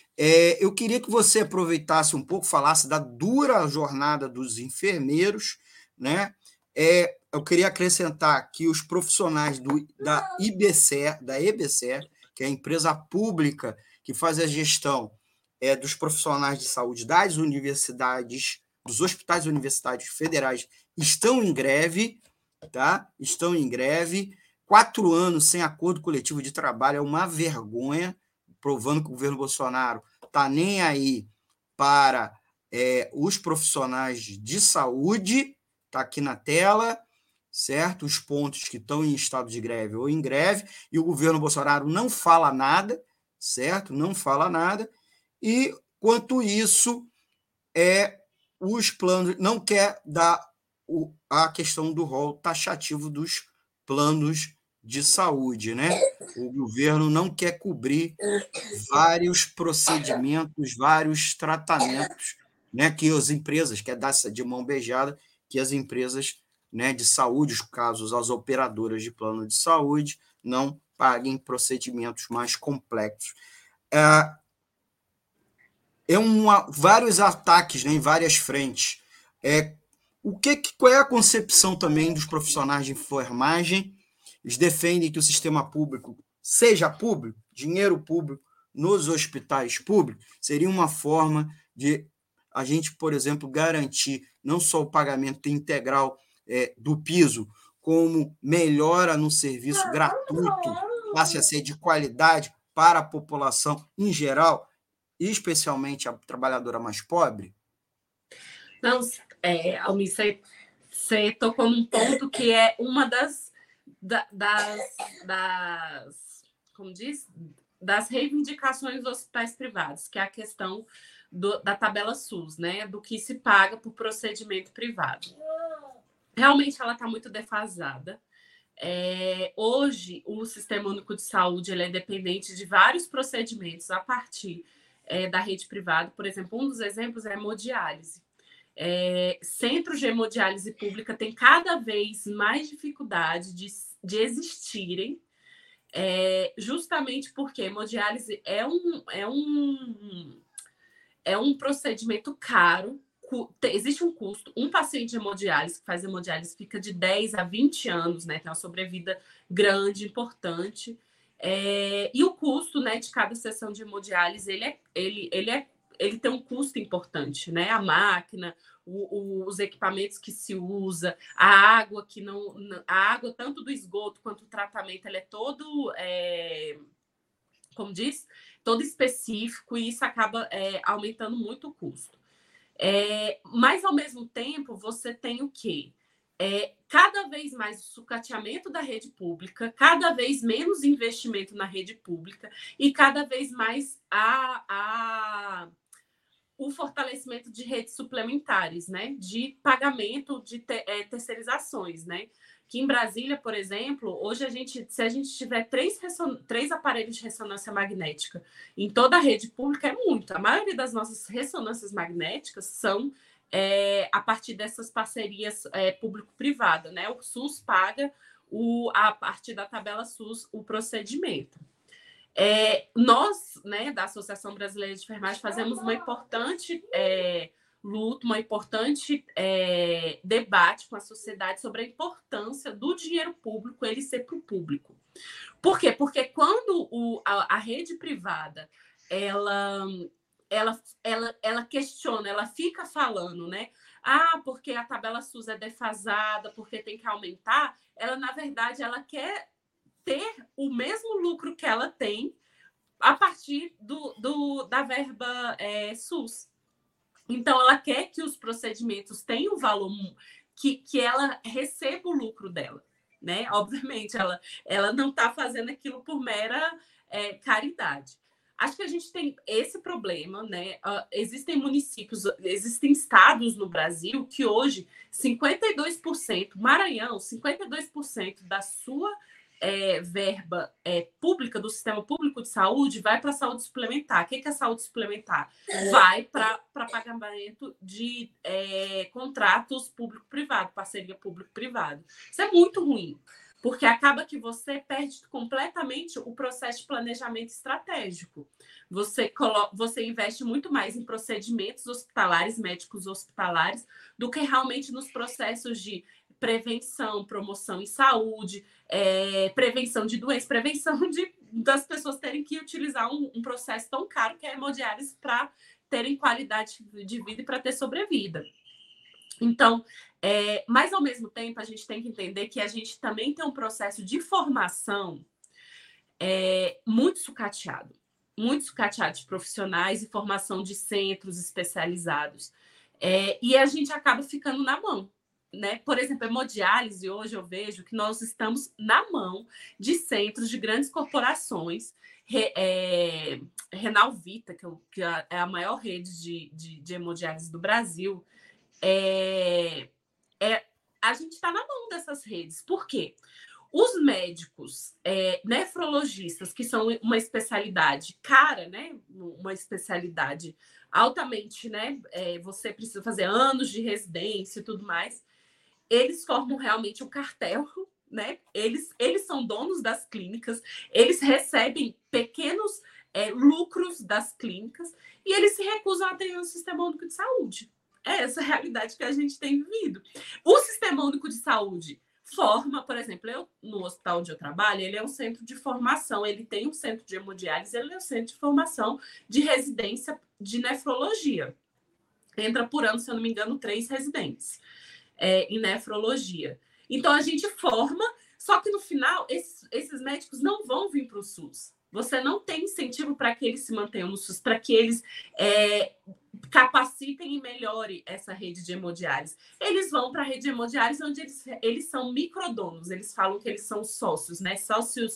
Eu queria que você aproveitasse um pouco, falasse da dura jornada dos enfermeiros, né? Eu queria acrescentar que os profissionais da EBSER, que é a empresa pública que faz a gestão dos profissionais de saúde das universidades, dos hospitais universitários federais, estão em greve, tá? Estão em greve. 4 anos sem acordo coletivo de trabalho é uma vergonha, provando que o governo Bolsonaro está nem aí para os profissionais de saúde. Está aqui na tela, certo? Os pontos que estão em estado de greve ou em greve, e o governo Bolsonaro não fala nada, certo? Não fala nada. E, quanto isso, os planos não quer dar a questão do rol taxativo dos planos de saúde, né? O governo não quer cobrir vários procedimentos, vários tratamentos, né, que as empresas, quer dar de mão beijada, que as empresas, né, de saúde, os casos, as operadoras de plano de saúde, não paguem procedimentos mais complexos. Vários ataques, né, em várias frentes. Qual é a concepção também dos profissionais de enfermagem? Eles defendem que o sistema público seja público, dinheiro público nos hospitais públicos, seria uma forma de a gente, por exemplo, garantir não só o pagamento integral do piso, como melhora no serviço gratuito, passe a ser de qualidade para a população em geral, e especialmente a trabalhadora mais pobre? Não, Almir, você tocou num ponto que é uma das como diz, das reivindicações dos hospitais privados, que é a questão da tabela SUS, né? Do que se paga por procedimento privado. Realmente ela está muito defasada. Hoje, o Sistema Único de Saúde ele é dependente de vários procedimentos a partir da rede privada. Por exemplo, um dos exemplos é a hemodiálise. Centros de hemodiálise pública têm cada vez mais dificuldade de existirem, justamente porque a hemodiálise é um procedimento caro. Existe um custo. Um paciente de hemodiálise que faz hemodiálise fica de 10 a 20 anos, né? Tem uma sobrevida grande, importante. E o custo, né, de cada sessão de hemodiálise, ele tem um custo importante, né? A máquina, os equipamentos que se usa, a água a água tanto do esgoto quanto do tratamento, ela é todo, como diz, todo específico, e isso acaba aumentando muito o custo. Mas, ao mesmo tempo, você tem o quê? Cada vez mais o sucateamento da rede pública, cada vez menos investimento na rede pública e cada vez mais o fortalecimento de redes suplementares, né? De pagamento de terceirizações, né? Que em Brasília, por exemplo, hoje se a gente tiver 3 aparelhos de ressonância magnética em toda a rede pública, é muito. A maioria das nossas ressonâncias magnéticas são a partir dessas parcerias público-privada, né? O SUS paga a partir da tabela SUS o procedimento. Nós, né, da Associação Brasileira de Enfermagem, fazemos uma importante luta, uma importante debate com a sociedade sobre a importância do dinheiro público ele ser para o público. Por quê? Porque quando a rede privada ela questiona, ela fica falando, né? Porque a tabela SUS é defasada, porque tem que aumentar. Ela, na verdade, ela quer ter o mesmo lucro que ela tem a partir da verba SUS. Então, ela quer que os procedimentos tenham valor, que ela receba o lucro dela, né? Obviamente, ela não está fazendo aquilo por mera caridade. Acho que a gente tem esse problema, né? Existem municípios, existem estados no Brasil que hoje 52%, Maranhão, 52% da sua verba pública, do sistema público de saúde, vai para a saúde suplementar. O que é a saúde suplementar? Vai para pagamento de contratos público-privado, parceria público-privado. Isso é muito ruim, porque acaba que você perde completamente o processo de planejamento estratégico. Você investe muito mais em procedimentos hospitalares, médicos hospitalares, do que realmente nos processos de prevenção, promoção em saúde, prevenção de doenças, prevenção das pessoas terem que utilizar um processo tão caro que é a hemodiálise para terem qualidade de vida e para ter sobrevida. Então, mas ao mesmo tempo a gente tem que entender que a gente também tem um processo de formação muito sucateado de profissionais e formação de centros especializados. E a gente acaba ficando na mão, né? Por exemplo, a hemodiálise, hoje eu vejo que nós estamos na mão de centros de grandes corporações, Renal Vita, que é a maior rede de hemodiálise do Brasil. A gente está na mão dessas redes. Por quê? Os médicos nefrologistas, que são uma especialidade cara, né? Uma especialidade altamente, né? Você precisa fazer anos de residência e tudo mais. Eles formam realmente um cartel, né? Eles são donos das clínicas, eles recebem pequenos lucros das clínicas e eles se recusam a ter um sistema único de saúde. é essa realidade que a gente tem vivido. O Sistema Único de Saúde forma, por exemplo, no hospital onde eu trabalho, ele é um centro de formação, ele tem um centro de hemodiálise, ele é um centro de formação de residência de nefrologia. Entra por ano, se eu não me engano, 3 residentes em nefrologia. Então, a gente forma, só que no final, esses médicos não vão vir para o SUS. Você não tem incentivo para que eles se mantenham no SUS, para que eles capacitem e melhorem essa rede de hemodiálise. Eles vão para a rede de hemodiálise onde eles são microdonos, eles falam que eles são sócios, né? Sócios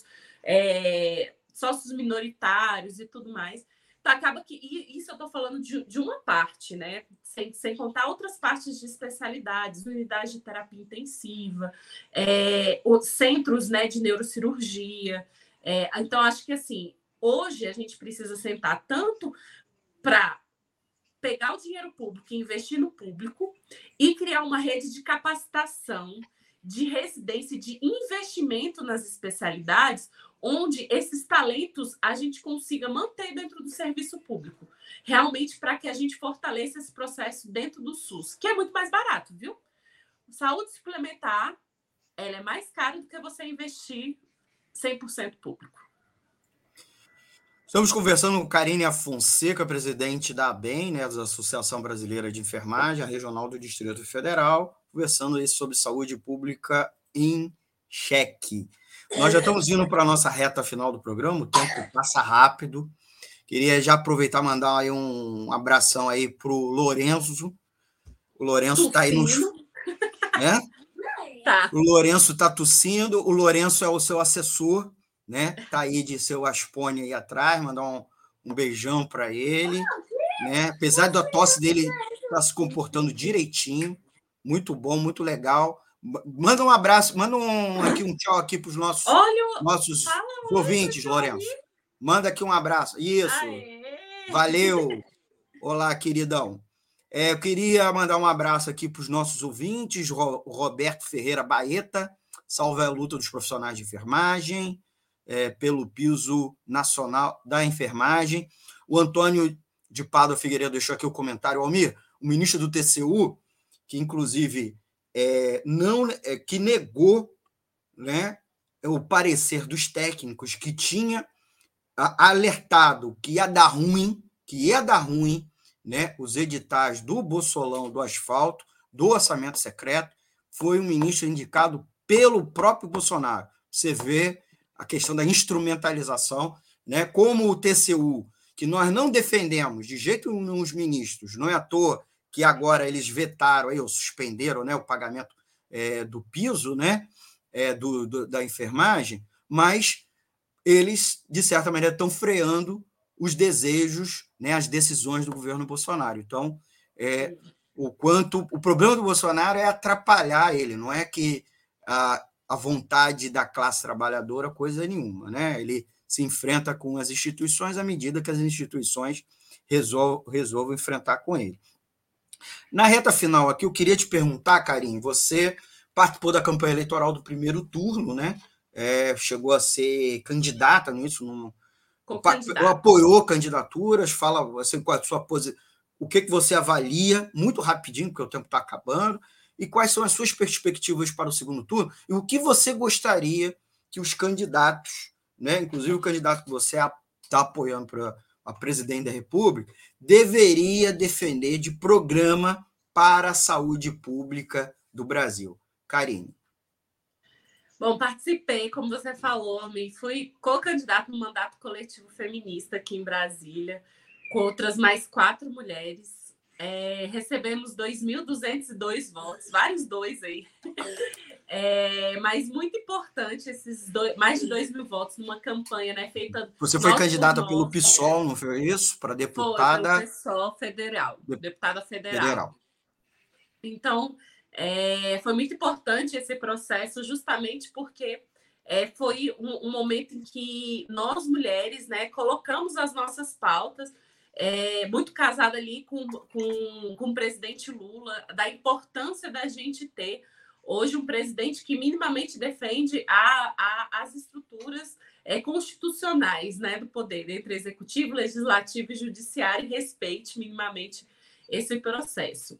minoritários e tudo mais. Então, acaba que isso eu estou falando de uma parte, né? Sem contar outras partes de especialidades, unidades de terapia intensiva, os centros, né, de neurocirurgia. Então, acho que assim, hoje a gente precisa sentar tanto para pegar o dinheiro público e investir no público e criar uma rede de capacitação, de residência, de investimento nas especialidades, onde esses talentos a gente consiga manter dentro do serviço público, realmente para que a gente fortaleça esse processo dentro do SUS, que é muito mais barato, viu? Saúde suplementar, ela é mais cara do que você investir 100% público. Estamos conversando com Karine Fonseca, presidente da ABEM, né, da Associação Brasileira de Enfermagem, a regional do Distrito Federal, conversando aí sobre saúde pública em cheque. Nós já estamos indo para a nossa reta final do programa, o tempo passa rápido. Queria já aproveitar e mandar aí um abração aí para o Lourenço. O Lourenço está aí no... né? Tá. O Lourenço está tossindo, o Lourenço é o seu assessor, né? Tá aí de seu Aspone aí atrás, mandar um beijão para ele, né? Apesar da tosse dele estar se comportando direitinho, muito bom, muito legal. Manda um abraço, manda um tchau aqui para os nossos ouvintes, Lourenço. Manda aqui um abraço. Isso. Aê. Valeu. Olá, queridão. Eu queria mandar um abraço aqui para os nossos ouvintes, o Roberto Ferreira Baeta, salve a luta dos profissionais de enfermagem, pelo piso nacional da enfermagem. O Antônio de Pádua Figueiredo deixou aqui o comentário, Almir, o ministro do TCU, que inclusive que negou, né, o parecer dos técnicos que tinha alertado que ia dar ruim, né, os editais do Bolsolão, do asfalto, do orçamento secreto, foi um ministro indicado pelo próprio Bolsonaro. Você vê a questão da instrumentalização, né, como o TCU, que nós não defendemos de jeito nenhum os ministros, não é à toa que agora eles vetaram, ou suspenderam, né, o pagamento do piso, né, da enfermagem, mas eles, de certa maneira, estão freando os desejos, né, as decisões do governo Bolsonaro. Então, o problema do Bolsonaro é atrapalhar ele, não é que a vontade da classe trabalhadora, coisa nenhuma, né? Ele se enfrenta com as instituições à medida que as instituições resolvam enfrentar com ele. Na reta final aqui, eu queria te perguntar, Karine, você participou da campanha eleitoral do primeiro turno, né? Chegou a ser candidata nisso, apoiou candidaturas, fala assim, qual a sua posição, o que você avalia, muito rapidinho, porque o tempo está acabando, e quais são as suas perspectivas para o segundo turno, e o que você gostaria que os candidatos, né, inclusive o candidato que você está apoiando para a presidente da República, deveria defender de programa para a saúde pública do Brasil. Karine. Bom, participei, como você falou, fui co-candidata no mandato coletivo feminista aqui em Brasília, com outras mais 4 mulheres. Recebemos 2.202 votos, vários dois aí. Mas muito importante esses mais de 2.000 votos numa campanha, né, feita... Você foi candidata pelo PSOL, não foi isso? Para deputada... Foi, pelo PSOL federal, deputada federal. Então... foi muito importante esse processo, justamente porque foi um momento em que nós, mulheres, né, colocamos as nossas pautas, muito casada ali com o presidente Lula, da importância da gente ter hoje um presidente que minimamente defende as estruturas constitucionais, né, do poder, entre executivo, legislativo e judiciário, e respeite minimamente esse processo.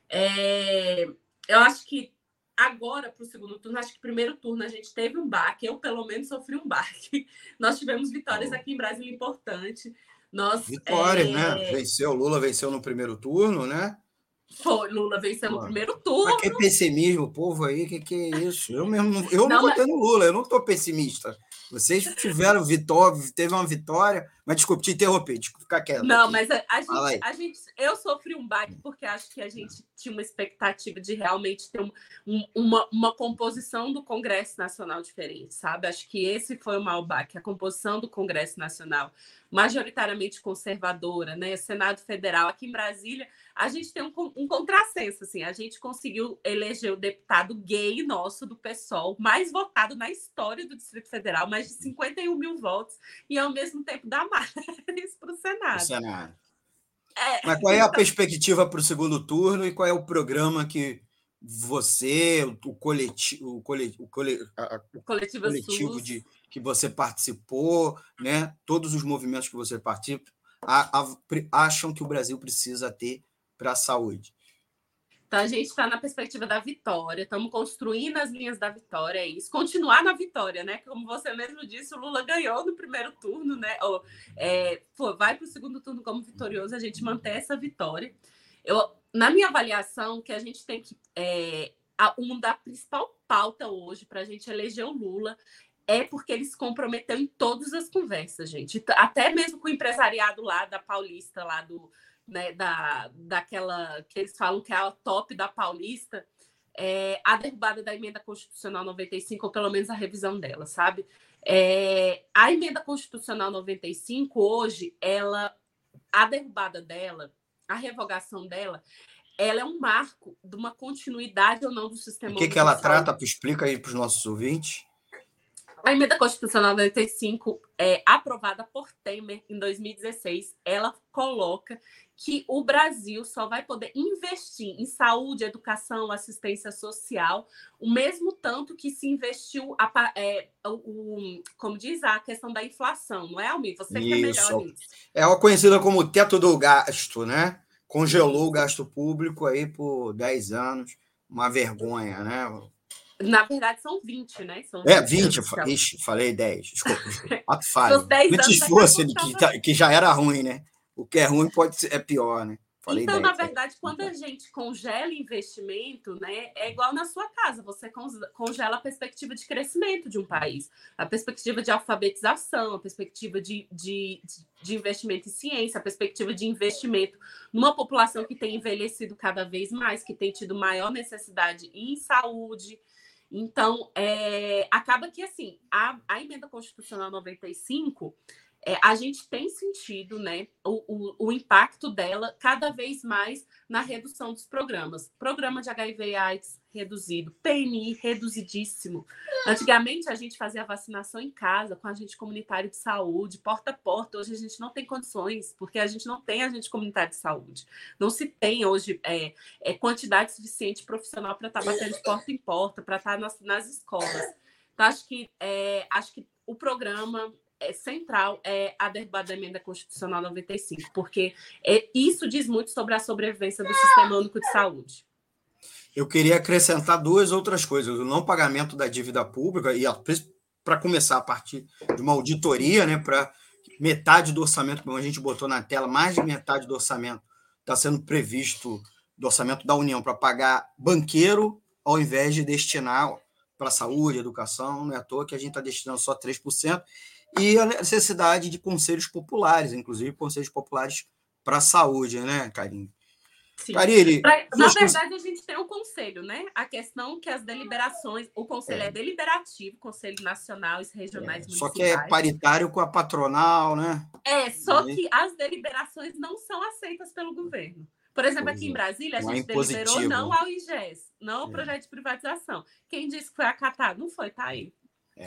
Eu acho que agora, para o segundo turno, acho que primeiro turno a gente teve um baque, eu pelo menos sofri um baque. Nós tivemos vitórias aqui em Brasília importantes. Vitórias, né? Lula venceu no primeiro turno, né? Foi, Lula venceu no primeiro turno. Mas que pessimismo, o povo aí, que é isso? Eu não votei no Lula, eu não estou pessimista. Vocês tiveram vitória, teve uma vitória, mas desculpa, te interromper, ficar quieto. Não, mas eu sofri um baque porque acho que a gente tinha uma expectativa de realmente ter uma composição do Congresso Nacional diferente, sabe? Acho que esse foi o maior baque, a composição do Congresso Nacional, majoritariamente conservadora, né? O Senado Federal, aqui em Brasília, a gente tem um contrassenso, assim, a gente conseguiu eleger o deputado gay nosso do PSOL, mais votado na história do Distrito Federal, mais de 51 mil votos, e ao mesmo tempo dá mais para o Senado. Mas qual é a perspectiva para o segundo turno e qual é o programa que você, o coletivo que você participou, né? Todos os movimentos que você participa, acham que o Brasil precisa ter para a saúde? Então, a gente está na perspectiva da vitória, estamos construindo as linhas da vitória, é isso. Continuar na vitória, né? Como você mesmo disse, o Lula ganhou no primeiro turno, né? Vai para o segundo turno como vitorioso, a gente manter essa vitória. Na minha avaliação, que a gente tem que... da principal pauta hoje para a gente eleger o Lula é porque ele se comprometeu em todas as conversas, gente. Até mesmo com o empresariado lá da Paulista, lá né, daquela que eles falam que é a top da Paulista, a derrubada da emenda constitucional 95, ou pelo menos a revisão dela, sabe? A emenda constitucional 95, hoje, a derrubada dela, a revogação dela, ela é um marco de uma continuidade ou não do sistema. O que ela trata? Explica aí para os nossos ouvintes. A emenda constitucional 95, aprovada por Temer em 2016, ela coloca que o Brasil só vai poder investir em saúde, educação, assistência social, o mesmo tanto que se investiu, como diz, a questão da inflação, não é, Almir? Você que é melhor nisso. É o conhecido como teto do gasto, né? Congelou o gasto público aí por 10 anos, uma vergonha, né? Na verdade, são 20, né? 20. Ixi, falei 10. Desculpa. Ato falho. Muito esforço, que já era ruim, né? O que é ruim é pior, né? Falei então, 10, na verdade, quando a gente congela investimento, né, é igual na sua casa. Você congela a perspectiva de crescimento de um país, a perspectiva de alfabetização, a perspectiva de investimento em ciência, a perspectiva de investimento numa população que tem envelhecido cada vez mais, que tem tido maior necessidade em saúde. Então, acaba que, assim, a emenda constitucional 95, a gente tem sentido, né, o impacto dela cada vez mais na redução dos programas. Programa de HIV e AIDS reduzido, PNI reduzidíssimo. Antigamente, a gente fazia a vacinação em casa, com agente comunitário de saúde, porta a porta. Hoje, a gente não tem condições, porque a gente não tem agente comunitário de saúde. Não se tem hoje quantidade suficiente profissional para estar batendo de porta em porta, para estar nas escolas. Então, acho que o programa central é a derrubada da emenda constitucional 95, porque isso diz muito sobre a sobrevivência do Sistema Único de Saúde. Eu queria acrescentar 2 outras coisas. O não pagamento da dívida pública, e para começar a partir de uma auditoria, né, para metade do orçamento, como a gente botou na tela, mais de metade do orçamento está sendo previsto do orçamento da União para pagar banqueiro, ao invés de destinar para saúde, educação. Não é à toa que a gente está destinando só 3%. E a necessidade de conselhos populares, inclusive conselhos populares para a saúde, né, Karine? Karine, na verdade, a gente tem o conselho, né? A questão que as deliberações, o conselho é deliberativo, conselho nacional e regionais municipais. Só que é paritário com a patronal, né? Só que as deliberações não são aceitas pelo governo. Por exemplo, aqui em Brasília, a gente deliberou não ao IGES, não ao projeto de privatização. Quem disse que foi acatado? Não foi, tá aí.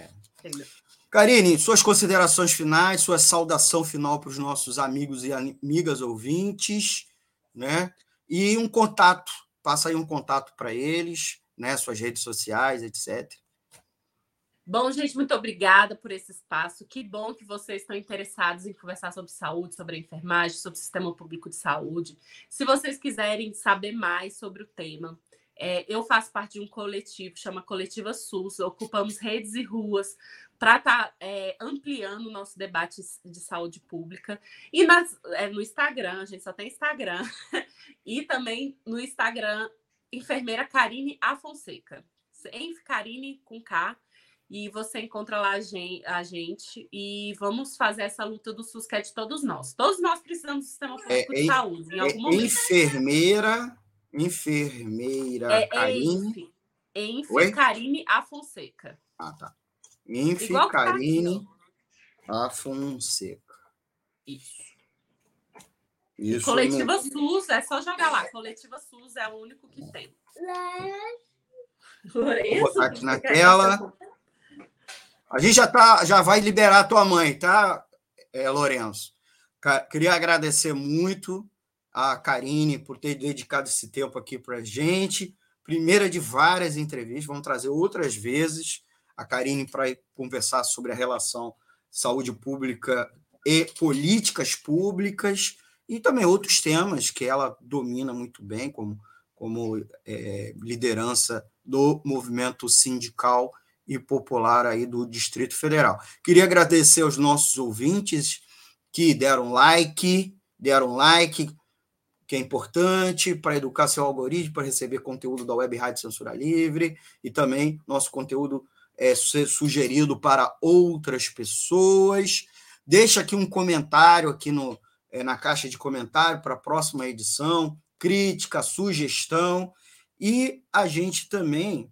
Karine, suas considerações finais, sua saudação final para os nossos amigos e amigas ouvintes, né? E um contato, passa aí um contato para eles, né? Suas redes sociais, etc. Bom, gente, muito obrigada por esse espaço. Que bom que vocês estão interessados em conversar sobre saúde, sobre a enfermagem, sobre o sistema público de saúde. Se vocês quiserem saber mais sobre o tema, eu faço parte de um coletivo, chama Coletiva SUS. Ocupamos redes e ruas para estar ampliando o nosso debate de saúde pública. E no Instagram, a gente só tem Instagram. E também no Instagram, enfermeira Karine Afonseca. Karine com K. E você encontra lá a gente e vamos fazer essa luta do SUS, que é de todos nós. Todos nós precisamos do sistema público de saúde, em algum momento. Enfermeira Karine... Karine Afonseca. Ah, tá. Karine Afonseca. Isso. Coletiva SUS, é só jogar lá. Coletiva SUS é o único que tem. Vou botar aqui na tela. A gente já vai liberar a tua mãe, tá, Lourenço? Queria agradecer muito a Karine por ter dedicado esse tempo aqui para a gente. Primeira de várias entrevistas, vamos trazer outras vezes a Karine para conversar sobre a relação saúde pública e políticas públicas e também outros temas que ela domina muito bem, como liderança do movimento sindical e popular aí do Distrito Federal. Queria agradecer aos nossos ouvintes que deram like, que é importante para educar seu algoritmo, para receber conteúdo da Web Rádio Censura Livre, e também nosso conteúdo ser sugerido para outras pessoas. Deixa aqui um comentário aqui na caixa de comentário para a próxima edição, crítica, sugestão, e a gente também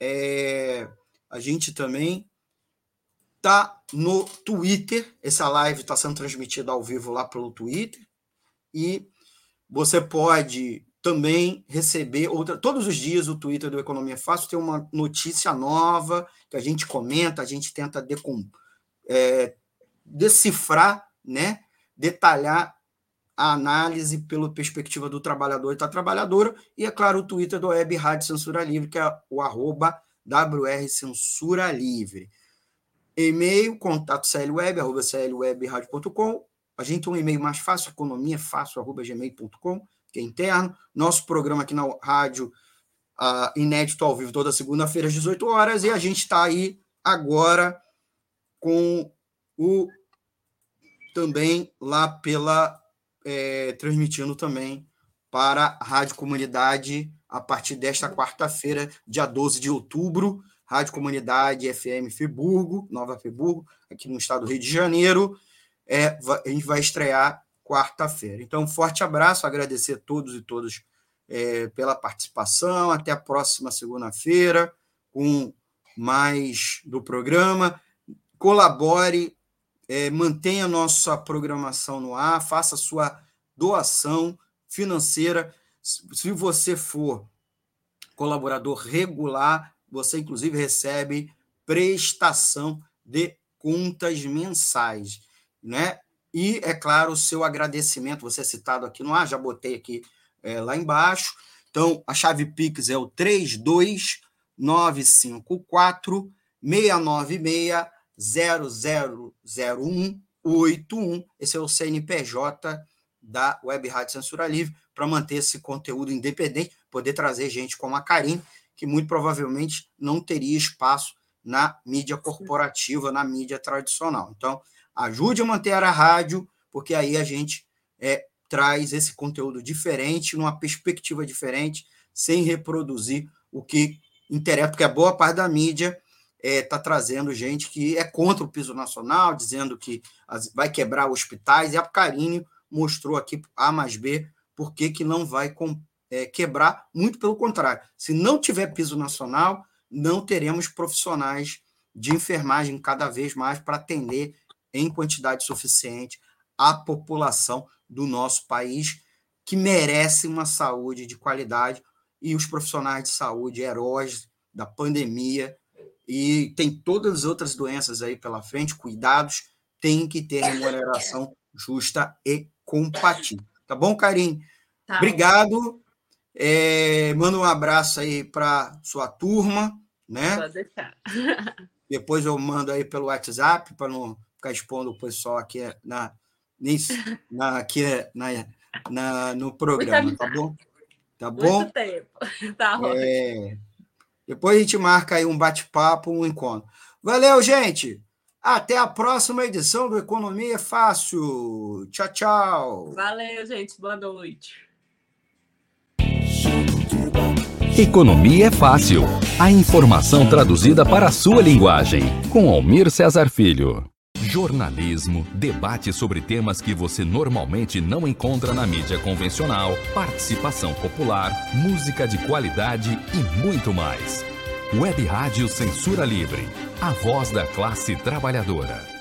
está no Twitter. Essa live está sendo transmitida ao vivo lá pelo Twitter, e você pode também receber todos os dias o Twitter do Economia Fácil tem uma notícia nova que a gente comenta, a gente tenta decifrar, né, detalhar a análise pela perspectiva do trabalhador e da trabalhadora, e, é claro, o Twitter do Web Rádio Censura Livre, que é o @WR Censura Livre. E-mail, contato clweb@clwebradio.com. A gente tem um e-mail mais fácil, economiafácil@gmail.com, que é interno. Nosso programa aqui na rádio, inédito ao vivo, toda segunda-feira, às 18 horas, e a gente está aí agora com também lá transmitindo também para a Rádio Comunidade a partir desta quarta-feira, dia 12 de outubro, Rádio Comunidade FM Friburgo, Nova Friburgo, aqui no estado do Rio de Janeiro. A gente vai estrear quarta-feira. Então, um forte abraço, agradecer a todos e todas pela participação. Até a próxima segunda-feira com mais do programa. Colabore, mantenha a nossa programação no ar, faça sua doação financeira. Se você for colaborador regular, você, inclusive, recebe prestação de contas mensais, né? E, é claro, o seu agradecimento, você é citado aqui no ar, já botei aqui lá embaixo. Então, a chave Pix é o 32956-0000181. Esse é o CNPJ da Web Rádio Censura Livre, para manter esse conteúdo independente, poder trazer gente como a Karine, que muito provavelmente não teria espaço na mídia corporativa, na mídia tradicional. Então, ajude a manter a rádio, porque aí a gente traz esse conteúdo diferente, numa perspectiva diferente, sem reproduzir o que interessa, porque a boa parte da mídia está trazendo gente que é contra o piso nacional, dizendo que vai quebrar hospitais, e a Karine mostrou aqui A mais B por que não vai quebrar, muito pelo contrário. Se não tiver piso nacional, não teremos profissionais de enfermagem cada vez mais para atender em quantidade suficiente a população do nosso país, que merece uma saúde de qualidade, e os profissionais de saúde, heróis da pandemia, e tem todas as outras doenças aí pela frente, cuidados, tem que ter remuneração justa e compatível. Tá bom, Karine? Tá. Obrigado. Manda um abraço aí para sua turma, né? Pode deixar. Depois eu mando aí pelo WhatsApp, para não ficar expondo o pessoal aqui no programa, tá bom? Tá bom? Muito tempo. Tá ótimo. Depois a gente marca aí um bate-papo, um encontro. Valeu, gente! Até a próxima edição do Economia é Fácil. Tchau, tchau. Valeu, gente. Boa noite. Economia é Fácil. A informação traduzida para a sua linguagem. Com Almir Cesar Filho. Jornalismo, debate sobre temas que você normalmente não encontra na mídia convencional, participação popular, música de qualidade e muito mais. Web Rádio Censura Livre. A voz da classe trabalhadora.